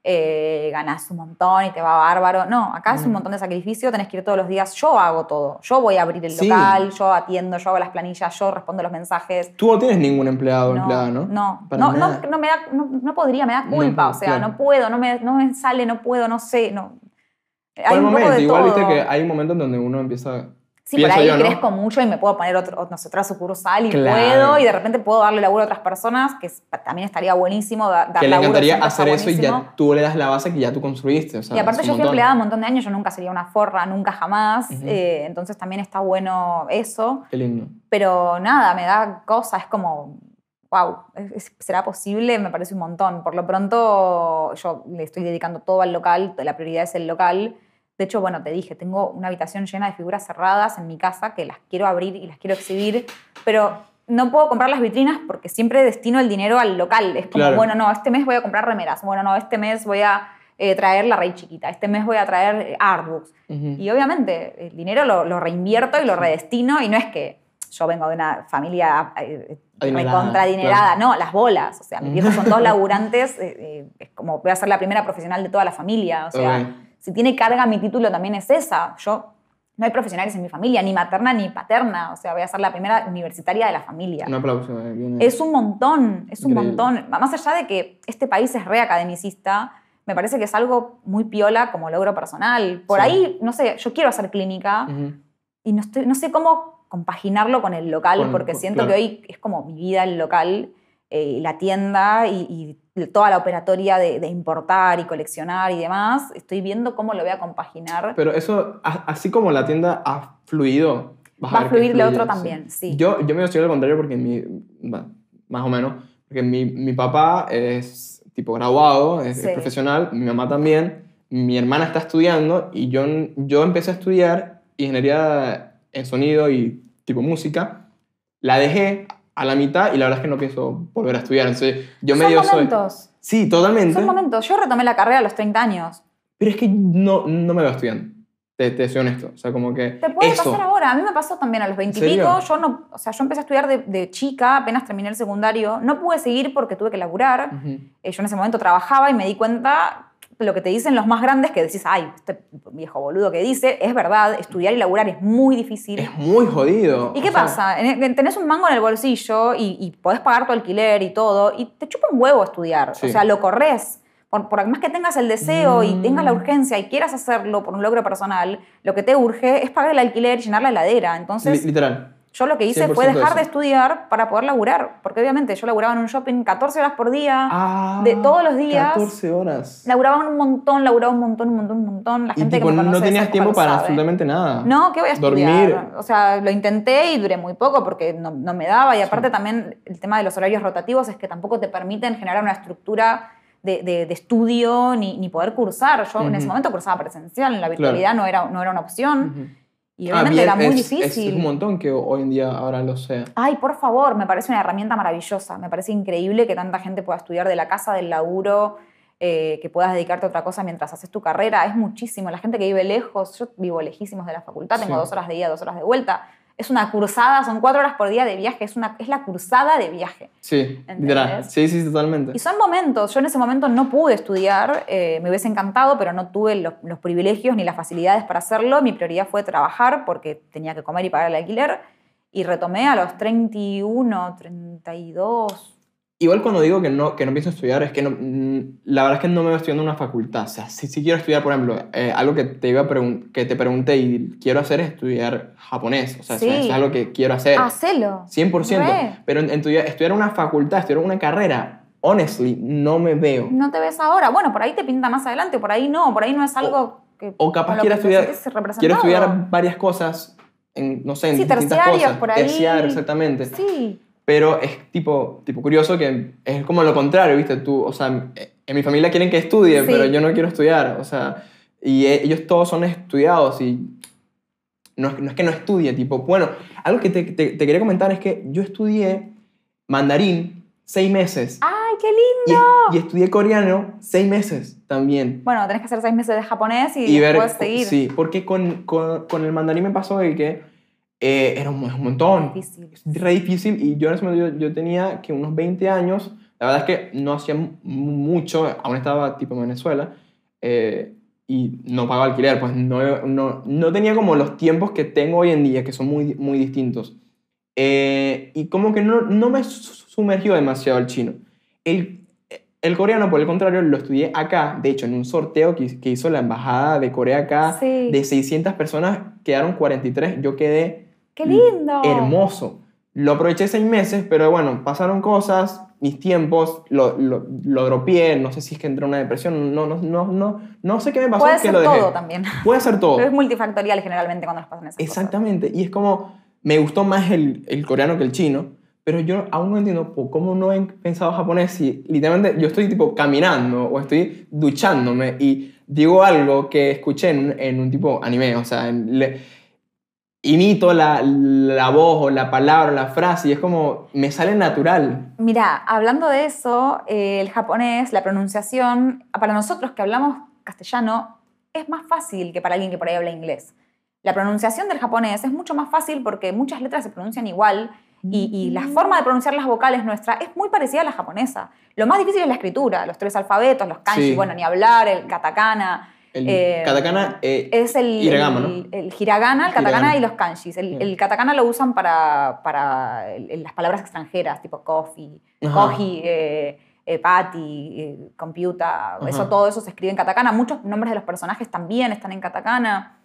eh, ganás un montón y te va bárbaro. No, acá Mm. es un montón de sacrificio, tenés que ir todos los días. Yo hago todo. Yo voy a abrir el Sí. local, yo atiendo, yo hago las planillas, yo respondo los mensajes. Tú no tienes ningún empleado o No, empleada, ¿no? no, Para no, no, nada. no me da, no, no podría, me da No culpa. puedo, o sea, claro. no puedo, no me, no me sale, no puedo, no sé. No. Por Hay el un poco momento, de igual todo. viste que hay momentos donde uno empieza... Sí, por pienso ahí yo, ¿no? crezco mucho y me puedo poner otro, no sé, otra sucursal y Claro. puedo, y de repente puedo darle laburo a otras personas, que es- también estaría buenísimo da- dar Que le laburo, encantaría siempre está hacer eso y buenísimo. ya tú le das la base que ya tú construiste. O sea, Y aparte es un yo fui montón. empleada un montón de años, yo nunca sería una forra, nunca jamás, Ujú. eh, entonces también está bueno eso. Qué lindo. Pero nada, me da cosa, es como, wow, ¿será posible? Me parece un montón. Por lo pronto yo le estoy dedicando todo al local, la prioridad es el local. De hecho, bueno, te dije, tengo una habitación llena de figuras cerradas en mi casa que las quiero abrir y las quiero exhibir, pero no puedo comprar las vitrinas porque siempre destino el dinero al local. Es como, Claro. bueno, no, este mes voy a comprar remeras, bueno, no, este mes voy a eh, traer la Rey Chiquita, este mes voy a traer eh, artbooks. Ujú. Y obviamente el dinero lo, lo reinvierto y lo redestino y no es que yo vengo de una familia eh, Adinerada, recontradinerada, claro. no, las bolas. O sea, mis viejos son todos laburantes, eh, eh, es como voy a ser la primera profesional de toda la familia. O sea, Ok. si tiene carga mi título también es esa. Yo, no hay profesionales en mi familia, ni materna ni paterna. O sea, voy a ser la primera universitaria de la familia. Un aplauso. eh, bien, eh. Es un montón, es un Increíble. montón. Más allá de que este país es re academicista, me parece que es algo muy piola como logro personal. Por Sí. ahí, no sé, yo quiero hacer clínica Ujú. y no, estoy, no sé cómo compaginarlo con el local, Con- porque con- siento claro. que hoy es como mi vida el local, eh, la tienda y, y toda la operatoria de, de importar y coleccionar y demás. Estoy viendo cómo lo voy a compaginar. Pero eso, a- así como la tienda ha fluido, vas Va a ver que fluir lo fluye, otro también, sí. Yo, yo me estoy al contrario porque mi, va, más o menos, porque mi, mi papá es tipo graduado, es, Sí. es profesional, mi mamá también, mi hermana está estudiando y yo, yo empecé a estudiar ingeniería en sonido y tipo música, la dejé a la mitad y la verdad es que no pienso volver a estudiar, entonces yo Son medio soy... momentos. Sí, totalmente. Son momentos. Yo retomé la carrera a los treinta años. Pero es que no, no me veo estudiando, te, te soy honesto. O sea, como que Te puede eso. pasar ahora. A mí me pasó también a los veintipico. serio? Yo no, o sea, yo empecé a estudiar de, de chica, apenas terminé el secundario. No pude seguir porque tuve que laburar. Ujú. Eh, yo en ese momento trabajaba y me di cuenta de lo que te dicen los más grandes, que decís, ay, este viejo boludo que dice, es verdad, estudiar y laburar es muy difícil. Es muy jodido. ¿Y qué o sea, pasa? En- en- Tenés un mango en el bolsillo y, y podés pagar tu alquiler y todo, y te chupa un huevo estudiar. Sí. O sea, lo corres. Por, por más que tengas el deseo y Mm. tengas la urgencia y quieras hacerlo por un logro personal, lo que te urge es pagar el alquiler y llenar la heladera. Entonces, li- literal. yo lo que hice cien por fue ciento dejar de eso. estudiar para poder laburar. Porque obviamente yo laburaba en un shopping catorce horas por día, Ah, de todos los días. catorce horas. Laburaba un montón, laburaba un montón, un montón, un montón. La Y gente tipo, que me conoce no de esa tenías época tiempo lo para sabe. absolutamente nada. No, ¿qué voy a estudiar? Dormir. O sea, lo intenté y duré muy poco porque no, no me daba. Y aparte también el tema de los horarios rotativos es que tampoco te permiten generar una estructura de, de- de estudio ni, ni poder cursar. Yo en ese Ujú. momento cursaba presencial, en la virtualidad no, era, no era una opción. Ujú. Y Ah, obviamente bien, era muy es- difícil. Es, es un montón que hoy en día ahora lo sea. Ay, por favor, me parece una herramienta maravillosa. Me parece increíble que tanta gente pueda estudiar de la casa, del laburo, eh, que puedas dedicarte a otra cosa mientras haces tu carrera. Es muchísimo. La gente que vive lejos, yo vivo lejísimos de la facultad, tengo Sí. dos horas de ida, dos horas de vuelta. Es una cursada, son cuatro horas por día de viaje, es, una, es la cursada de viaje. Sí, ¿Entendés? literal. Sí, sí, totalmente. Y son momentos, yo en ese momento no pude estudiar, eh, me hubiese encantado, pero no tuve los, los privilegios ni las facilidades para hacerlo. Mi prioridad fue trabajar porque tenía que comer y pagar el alquiler. Y retomé a los treinta y uno, treinta y dos. Igual cuando digo que no, que no pienso estudiar, es que no, mm, la verdad es que no me veo estudiando en una facultad. O sea, si, si quiero estudiar, por ejemplo, eh, algo que te, iba a pregun- que te pregunté y quiero hacer es estudiar japonés. O sea, Sí. eso es algo que quiero hacer. Hacelo. cien por ciento. Re. Pero en, en estudiar, estudiar una facultad, estudiar una carrera, honestly, no me veo. No te ves ahora. Bueno, por ahí te pinta más adelante, por ahí no, por ahí no es algo que... O capaz con lo quiero que te estudiar, sentís representado. quiero estudiar varias cosas, en, no sé, en Sí, distintas terciarios cosas. por ahí. Terciario, exactamente. Sí. Pero es tipo, tipo curioso que es como lo contrario, ¿viste? Tú, o sea, en mi familia quieren que estudie, Sí. pero yo no quiero estudiar, o sea, y e- ellos todos son estudiados y no es, no es que no estudie, tipo, bueno, algo que te, te, te quería comentar es que yo estudié mandarín seis meses ¡Ay, qué y, lindo! y estudié coreano seis meses también. Bueno, tenés que hacer seis meses de japonés y, Y ver, después seguir. sí, porque con, con, con el mandarín me pasó de que eh, era un, un montón. Difícil. Es re difícil y yo en ese momento yo, yo tenía que unos veinte años, La verdad es que no hacía mu- mucho, aún estaba tipo en Venezuela, eh, y no pagaba alquiler, pues no, no, no tenía como los tiempos que tengo hoy en día, que son muy, muy distintos. Eh, y como que no, no me su- sumergió demasiado el chino. El, el coreano, por el contrario, lo estudié acá. De hecho, en un sorteo que, que hizo la embajada de Corea acá, Sí. de seiscientas personas, quedaron cuarenta y tres. Yo quedé ¡Qué lindo! hermoso. Lo aproveché seis meses, pero bueno, pasaron cosas, mis tiempos, lo, lo, lo dropeé, no sé si es que entré en una depresión, no, no, no, no, no sé qué me pasó, Puede que ser lo dejé. todo también. Puede ser todo. Pero es multifactorial generalmente cuando nos pasan esas Exactamente, y es como, me gustó más el, el coreano que el chino, pero yo aún no entiendo po- cómo no he pensado japonés si literalmente yo estoy tipo caminando o estoy duchándome y digo algo que escuché en, en un tipo anime, o sea, en- le- imito la, la voz o la palabra, la frase y es como, me sale natural. cosas. Mira, hablando de eso, eh, el japonés, la pronunciación, para nosotros que hablamos castellano, es más fácil que para alguien que por ahí habla inglés. La pronunciación del japonés es mucho más fácil porque muchas letras se pronuncian igual y, y la forma de pronunciar las vocales nuestra es muy parecida a la japonesa. Lo más difícil es la escritura, los tres alfabetos, los kanji, Sí. bueno, ni hablar, el katakana. El eh, katakana eh, es el hiragana, ¿no? el, el hiragana, el katakana Hiragana. y los kanjis. El, Sí. el katakana lo usan para, para el- el- las palabras extranjeras, tipo coffee, Ajá. koji, eh, eh, patty, eh, computer, eso, Ajá. todo eso se escribe en katakana. Muchos nombres de los personajes también están en katakana.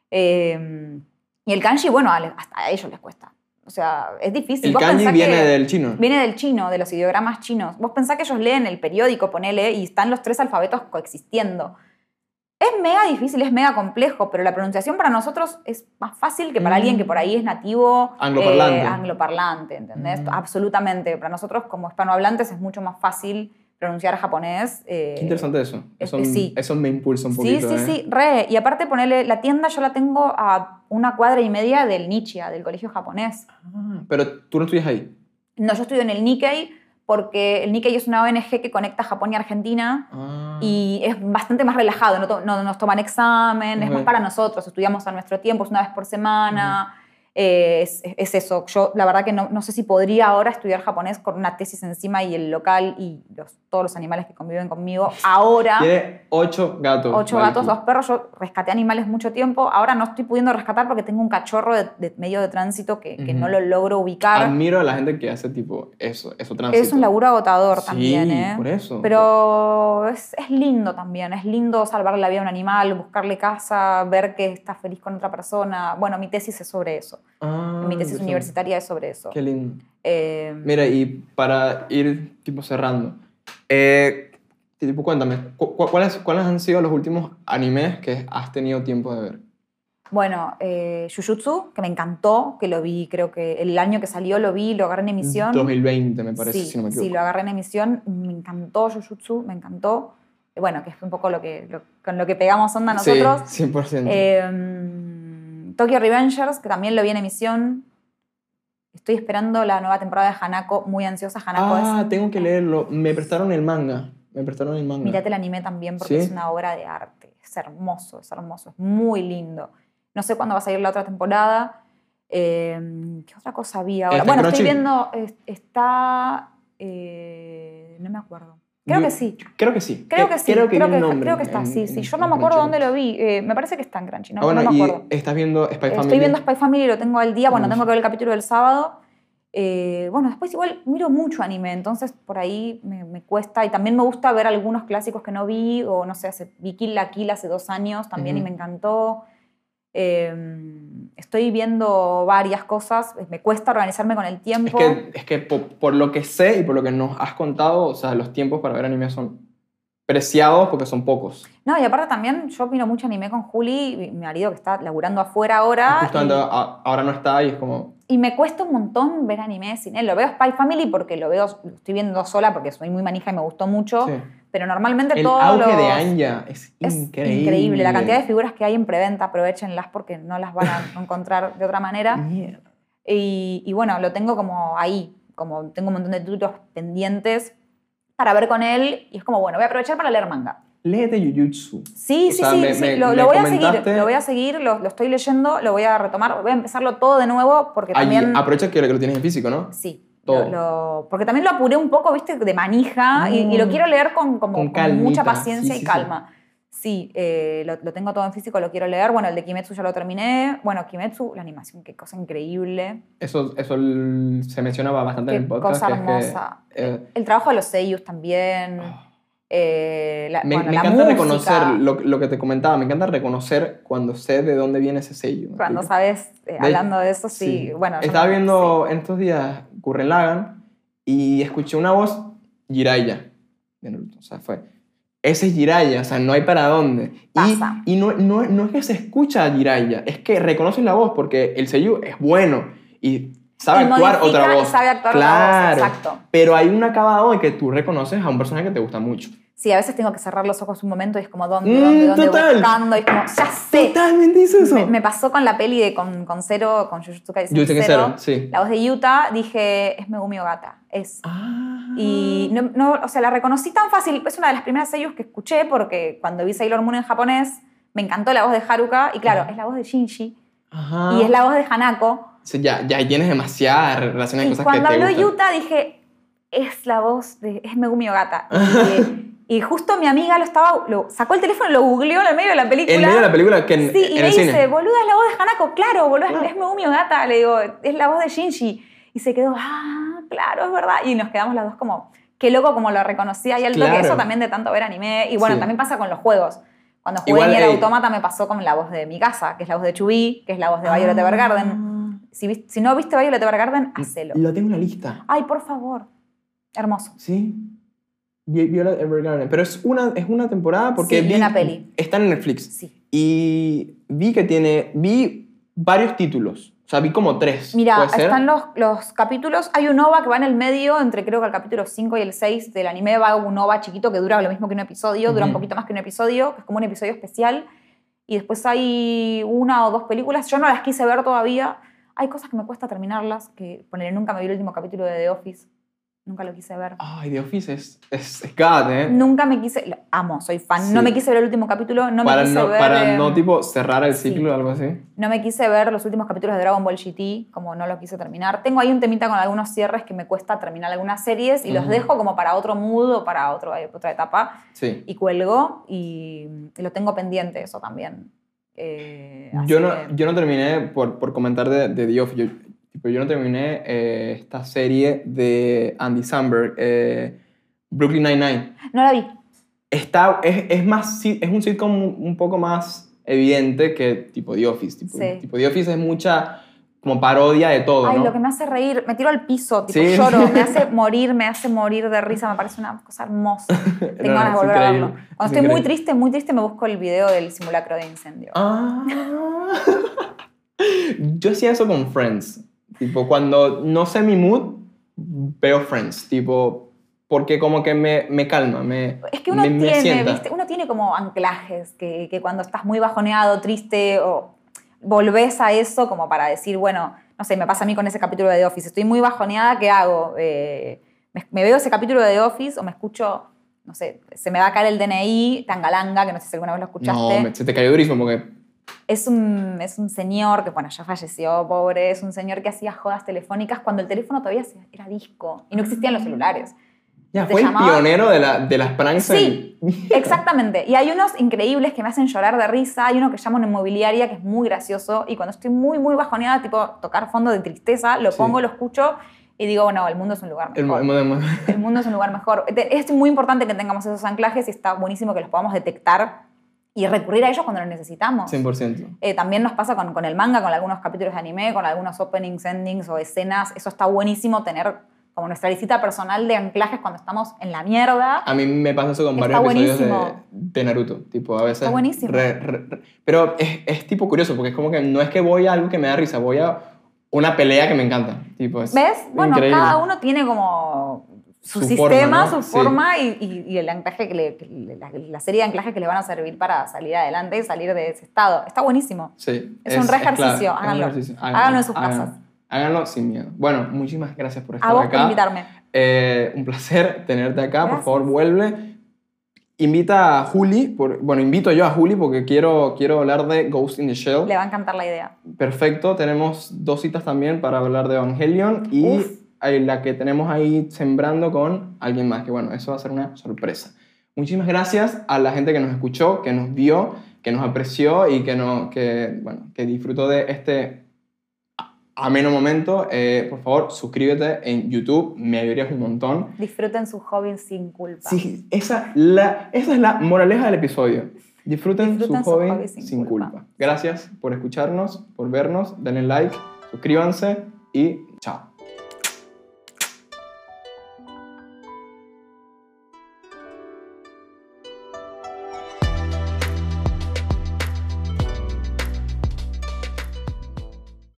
Eh, y el kanji, bueno, a- hasta a ellos les cuesta. O sea, es difícil. El Vos kanji pensá viene que- del chino. Viene del chino, de los ideogramas chinos. Vos pensás que ellos leen el periódico, ponele, y están los tres alfabetos coexistiendo. Es mega difícil, es mega complejo, pero la pronunciación para nosotros es más fácil que para Mm. alguien que por ahí es nativo Angloparlante. eh, angloparlante, ¿entendés? Mm. Absolutamente. Para nosotros como hispanohablantes es mucho más fácil pronunciar japonés. eh, Qué interesante eso. es Eso, que sí. eso me impulsa un Sí, poquito. sí, ¿eh? sí, re. Y aparte ponerle, la tienda yo la tengo a una cuadra y media del Nichiya, del colegio japonés. Ah, pero tú no estudias ahí. No, yo estudio en el Nikkei porque el Nikkei es una O N G que conecta Japón y Argentina. Ah. Y es bastante más relajado, no, to- no nos toman examen, es Ok. más para nosotros, estudiamos a nuestro tiempo, es una vez por semana, eh, es, es eso. Yo la verdad que no, no sé si podría ahora estudiar japonés con una tesis encima y el local y los, todos los animales que conviven conmigo. Ahora, Tiene ocho gatos. ocho Valky. gatos, dos perros, yo rescaté animales mucho tiempo, ahora no estoy pudiendo rescatar porque tengo un cachorro de, de medio de tránsito que, que Ujú. no lo logro ubicar. Admiro a la gente que hace tipo eso, eso tránsito. Es un laburo agotador Sí, también, ¿eh? por eso. Pero es, es lindo también, es lindo salvarle la vida a un animal, buscarle casa, ver que está feliz con otra persona. Bueno, mi tesis es sobre eso. Ah, mi tesis interesante. universitaria es sobre eso. Qué lindo. Eh, Mira, y para ir tipo cerrando, eh, tipo, cuéntame, cu- cu- ¿cuáles, ¿cuáles han sido los últimos animes que has tenido tiempo de ver? bueno, eh, Jujutsu, que me encantó, que lo vi, creo que el año que salió lo vi, lo agarré en emisión. dos mil veinte, me parece, sí, si no me equivoco. sí, lo agarré en emisión, me encantó Jujutsu, me encantó. Eh, Bueno, que es un poco lo que, lo- con lo que pegamos onda nosotros. Sí, cien por ciento. Eh, Tokyo Revengers, que también lo vi en emisión. Estoy esperando la nueva temporada de Hanako, muy ansiosa. Hanako ah, es... tengo que leerlo. Me prestaron el manga. Me prestaron el manga. Mírate el anime también porque ¿Sí? es una obra de arte. Es hermoso, es hermoso, es muy lindo. No sé cuándo va a salir la otra temporada. Eh, ¿Qué otra cosa había ahora? ¿Está en Bueno, estoy Crunchy? viendo... es- Está... eh, no me acuerdo. Creo Yo- que sí. Creo que sí. Creo que sí, Creo que, creo vi que, un nombre creo que está, en- sí, en- sí. Yo en no me acuerdo Crunchyroll. dónde lo vi. Eh, me parece que está en Crunchy, no, Ah, bueno, no me y acuerdo. estás viendo Spy Family. Estoy viendo Spy Family, lo tengo al día. Bueno, Uf. tengo que ver el capítulo del sábado. Eh, bueno, después igual miro mucho anime, entonces por ahí me, me cuesta. Y también me gusta ver algunos clásicos que no vi, o no sé, hace, vi Kill la Kill hace dos años también y Ujú. me encantó. Eh, estoy viendo varias cosas, me cuesta organizarme con el Es tiempo. que, es que por, por lo que sé y por lo que nos has contado, o sea, los tiempos para ver anime son preciados porque son pocos. No, y aparte también yo miro mucho anime con Juli, mi marido que está laburando afuera ahora. Justamente y- a- ahora no está y es como... Y me cuesta un montón ver anime sin él. Lo veo Spy Family porque lo veo, lo estoy viendo sola porque soy muy manija y me gustó mucho. Sí. Pero normalmente El todos auge los... de Anya es, Es increíble. increíble. La cantidad de figuras que hay en preventa, aprovechenlas porque no las van a encontrar de otra manera. Mierda. Y, y bueno, lo tengo como ahí, como tengo un montón de títulos pendientes para ver con él. Y es como, bueno, voy a aprovechar para leer manga. Léete Jujutsu. Sí, O sí, sea, sí, me- sí, me- lo, me lo voy a seguir, comentaste- lo voy a seguir, lo, lo estoy leyendo, lo voy a retomar, voy a empezarlo todo de nuevo porque Allí, también... aprovecha que lo, que lo tienes en físico, ¿no? Sí, todo. Lo, lo- porque también lo apuré un poco, viste, de manija, No. y, y lo quiero leer con, como, Con con calmita, mucha paciencia sí, y sí, calma. Sí, eh, lo, lo tengo todo en físico, lo quiero leer. Bueno, el de Kimetsu ya lo terminé. Bueno, Kimetsu, la animación, qué cosa increíble. Eso, eso l- se mencionaba bastante en Qué el podcast. cosa que es que, hermosa. eh, El trabajo de los seiyus también. oh, eh, la, me, bueno, me la encanta música, reconocer lo, lo que te comentaba, me encanta reconocer cuando sé de dónde viene ese sello. ¿me Cuando explico? sabes, eh, De- hablando de eso, sí. Bueno, yo Estaba me- viendo en estos días Gurren Lagann y escuché una voz Jiraiya de Naruto. O sea, fue. Ese es Jiraiya, o sea, no hay para dónde. Y, Pasa. y no, no, no es que se escucha a Jiraiya, es que reconoces la voz porque el sello es bueno y sabe Y actuar modifica otra y voz. sabe actuar otra claro, voz, exacto. Pero hay un acabado en que tú reconoces a un personaje que te gusta mucho. Sí, a veces tengo que cerrar los ojos un momento y es como, ¿dónde, Mm, dónde, dónde? total. Buscando, y es como, ya sé. Totalmente hizo eso. Me, me pasó con la peli de con, con Zero, con Jujutsu Kaisen Jujutsu Kaisen Zero, Zero, sí. la voz de Yuta, dije, es Megumi Ogata, es. Ah. Y no, no, o sea, la reconocí tan fácil, es una de las primeras seiyus que escuché porque cuando vi Sailor Moon en japonés me encantó la voz de Haruka y claro, Ajá. es la voz de Shinji Ajá. y es la voz de Hanako. Sí, ya, ya tienes demasiadas relaciones de Y cosas cuando que te habló gustan. Yuta dije, es la voz de, es Megumi Ogata. Y, y justo mi amiga lo estaba, lo, sacó el teléfono, lo googleó en el medio de la película. En medio de la película, que en, Sí, y en me el dice, cine. boluda, es la voz de Hanako. Claro, boluda, Claro. es Megumi Ogata. Le digo, es la voz de Shinji. Y se quedó, ah, claro, es verdad. Y nos quedamos las dos como, qué loco como lo reconocía. Y al toque, Claro. eso también de tanto ver anime. Y bueno, Sí. también pasa con los juegos. Cuando jugué Igual, Nier ey. Automata me pasó con la voz de Mikasa, que es la voz de Chubby, que es la voz de Violet Ah. Evergarden. Si, vis- si no viste Violet Evergarden, hacelo. Lo tengo en la lista. Ay, por favor. Hermoso. Sí. Vi- Violet Evergarden. Pero es una, es una temporada porque Sí, y vi, una peli. Está en Netflix. Sí. Y vi que tiene... Vi varios títulos. O sea, vi como tres. Mira, ¿Puede ser? están los, los capítulos. Hay un O V A que va en el medio, entre creo que el capítulo cinco y el seis del anime va un O V A chiquito que dura lo mismo que un episodio, dura un Ujú. poquito más que un episodio, que es como un episodio especial. Y después hay una o dos películas. Yo no las quise ver todavía. Hay cosas que me cuesta terminarlas, que ponerle nunca me vi el último capítulo de The Office. Nunca lo quise ver. Ay, The Office es, es, es God, ¿eh? Nunca me quise... lo amo, soy fan. Sí. No me quise ver el último capítulo, no para me quise no, ver... para em, no, tipo, cerrar el sí. ciclo o algo así. No me quise ver los últimos capítulos de Dragon Ball G T, como no lo quise terminar. Tengo ahí un temita con algunos cierres que me cuesta terminar algunas series y los Ujú. dejo como para otro mood o para otro, otra etapa Sí. y cuelgo y, y lo tengo pendiente eso también. Eh, así Yo no, que- yo no terminé, por, por comentar de, de The Office, yo, tipo, yo no terminé eh, esta serie de Andy Samberg, eh, Brooklyn Nine-Nine. no la vi. Está, es, es, más, si- es un sitcom un, un poco más evidente que tipo The Office. Tipo, Sí. tipo The Office es mucha como parodia de todo, Ay, ¿no? lo que me hace reír, me tiro al piso, tipo Sí. lloro, me hace morir, me hace morir de risa, me parece una cosa hermosa. Tengo No, ganas de es volver a increíble, verlo. es Cuando estoy muy increíble. triste, muy triste, me busco el video del simulacro de incendio. Ah. Yo hacía eso con Friends. Tipo, cuando no sé mi mood, veo Friends. Tipo, porque como que me, me calma, me Es que uno me- me tiene, sienta. ¿viste? Uno tiene como anclajes que, que cuando estás muy bajoneado, triste, o volvés a eso como para decir, bueno, no sé, me pasa a mí con ese capítulo de The Office. Estoy muy bajoneada, ¿qué hago? Eh, me, me veo ese capítulo de The Office o me escucho, no sé, se me va a caer el D N I, Tangalanga, que no sé si alguna vez lo escuchaste. No, me- se te cayó durísimo porque... Es un, es un señor que, bueno, ya falleció, pobre, es un señor que hacía jodas telefónicas cuando el teléfono todavía era disco y no existían los celulares. Ya, Te fue el llamaba- pionero de, la, de las pranks. Sí, en- exactamente. Y hay unos increíbles que me hacen llorar de risa. Hay uno que llama una inmobiliaria que es muy gracioso y cuando estoy muy, muy bajoneada, tipo tocar fondo de tristeza, lo Sí. pongo, lo escucho y digo, bueno, el mundo es un lugar El, mejor. mo- el mo- El mundo es un lugar mejor. Te- Es muy importante que tengamos esos anclajes y está buenísimo que los podamos detectar y recurrir a ellos cuando los necesitamos. cien por ciento. Eh, también nos pasa con, con el manga, con algunos capítulos de anime, con algunos openings, endings o escenas. Eso está buenísimo tener como nuestra lista personal de anclajes cuando estamos en la mierda. A mí me pasa eso con Está varios episodios de, buenísimo. de Naruto. Tipo, a veces... Está buenísimo. re- re- re- pero es, es tipo curioso porque es como que no es que voy a algo que me da risa, voy a una pelea que me encanta. Tipo, es ¿Ves? Bueno, increíble. cada uno tiene como su, Su sistema, forma, ¿no? su Sí. forma y, y- y el anclaje que le, que le- la, la serie de anclajes que le van a servir para salir adelante y salir de ese estado. Está buenísimo. Sí, Es un re clave, ejercicio, es un háganlo. ejercicio. Háganlo en sus casas. Háganlo sin miedo. Bueno, muchísimas gracias por estar A vos acá. por invitarme. Eh, un placer tenerte acá. Gracias. Por favor, vuelve. Invita a Juli. Por, bueno, invito yo a Juli porque quiero, quiero hablar de Ghost in the Shell. Le va a encantar la idea. Perfecto. Tenemos dos citas también para hablar de Evangelion y Uf. eh, la que tenemos ahí sembrando con alguien más, que bueno, eso va a ser una sorpresa. Muchísimas gracias a la gente que nos escuchó, que nos vio, que nos apreció y que, no, que, bueno, que disfrutó de este ameno momento. Eh, por favor, suscríbete en YouTube, me ayudarías un montón. Disfruten su hobby sin culpa. Sí, esa, la, esa es la moraleja del episodio. Disfruten, Disfruten su, su hobby hobby sin sin culpa. culpa. Gracias por escucharnos, por vernos. Denle like, suscríbanse y chao.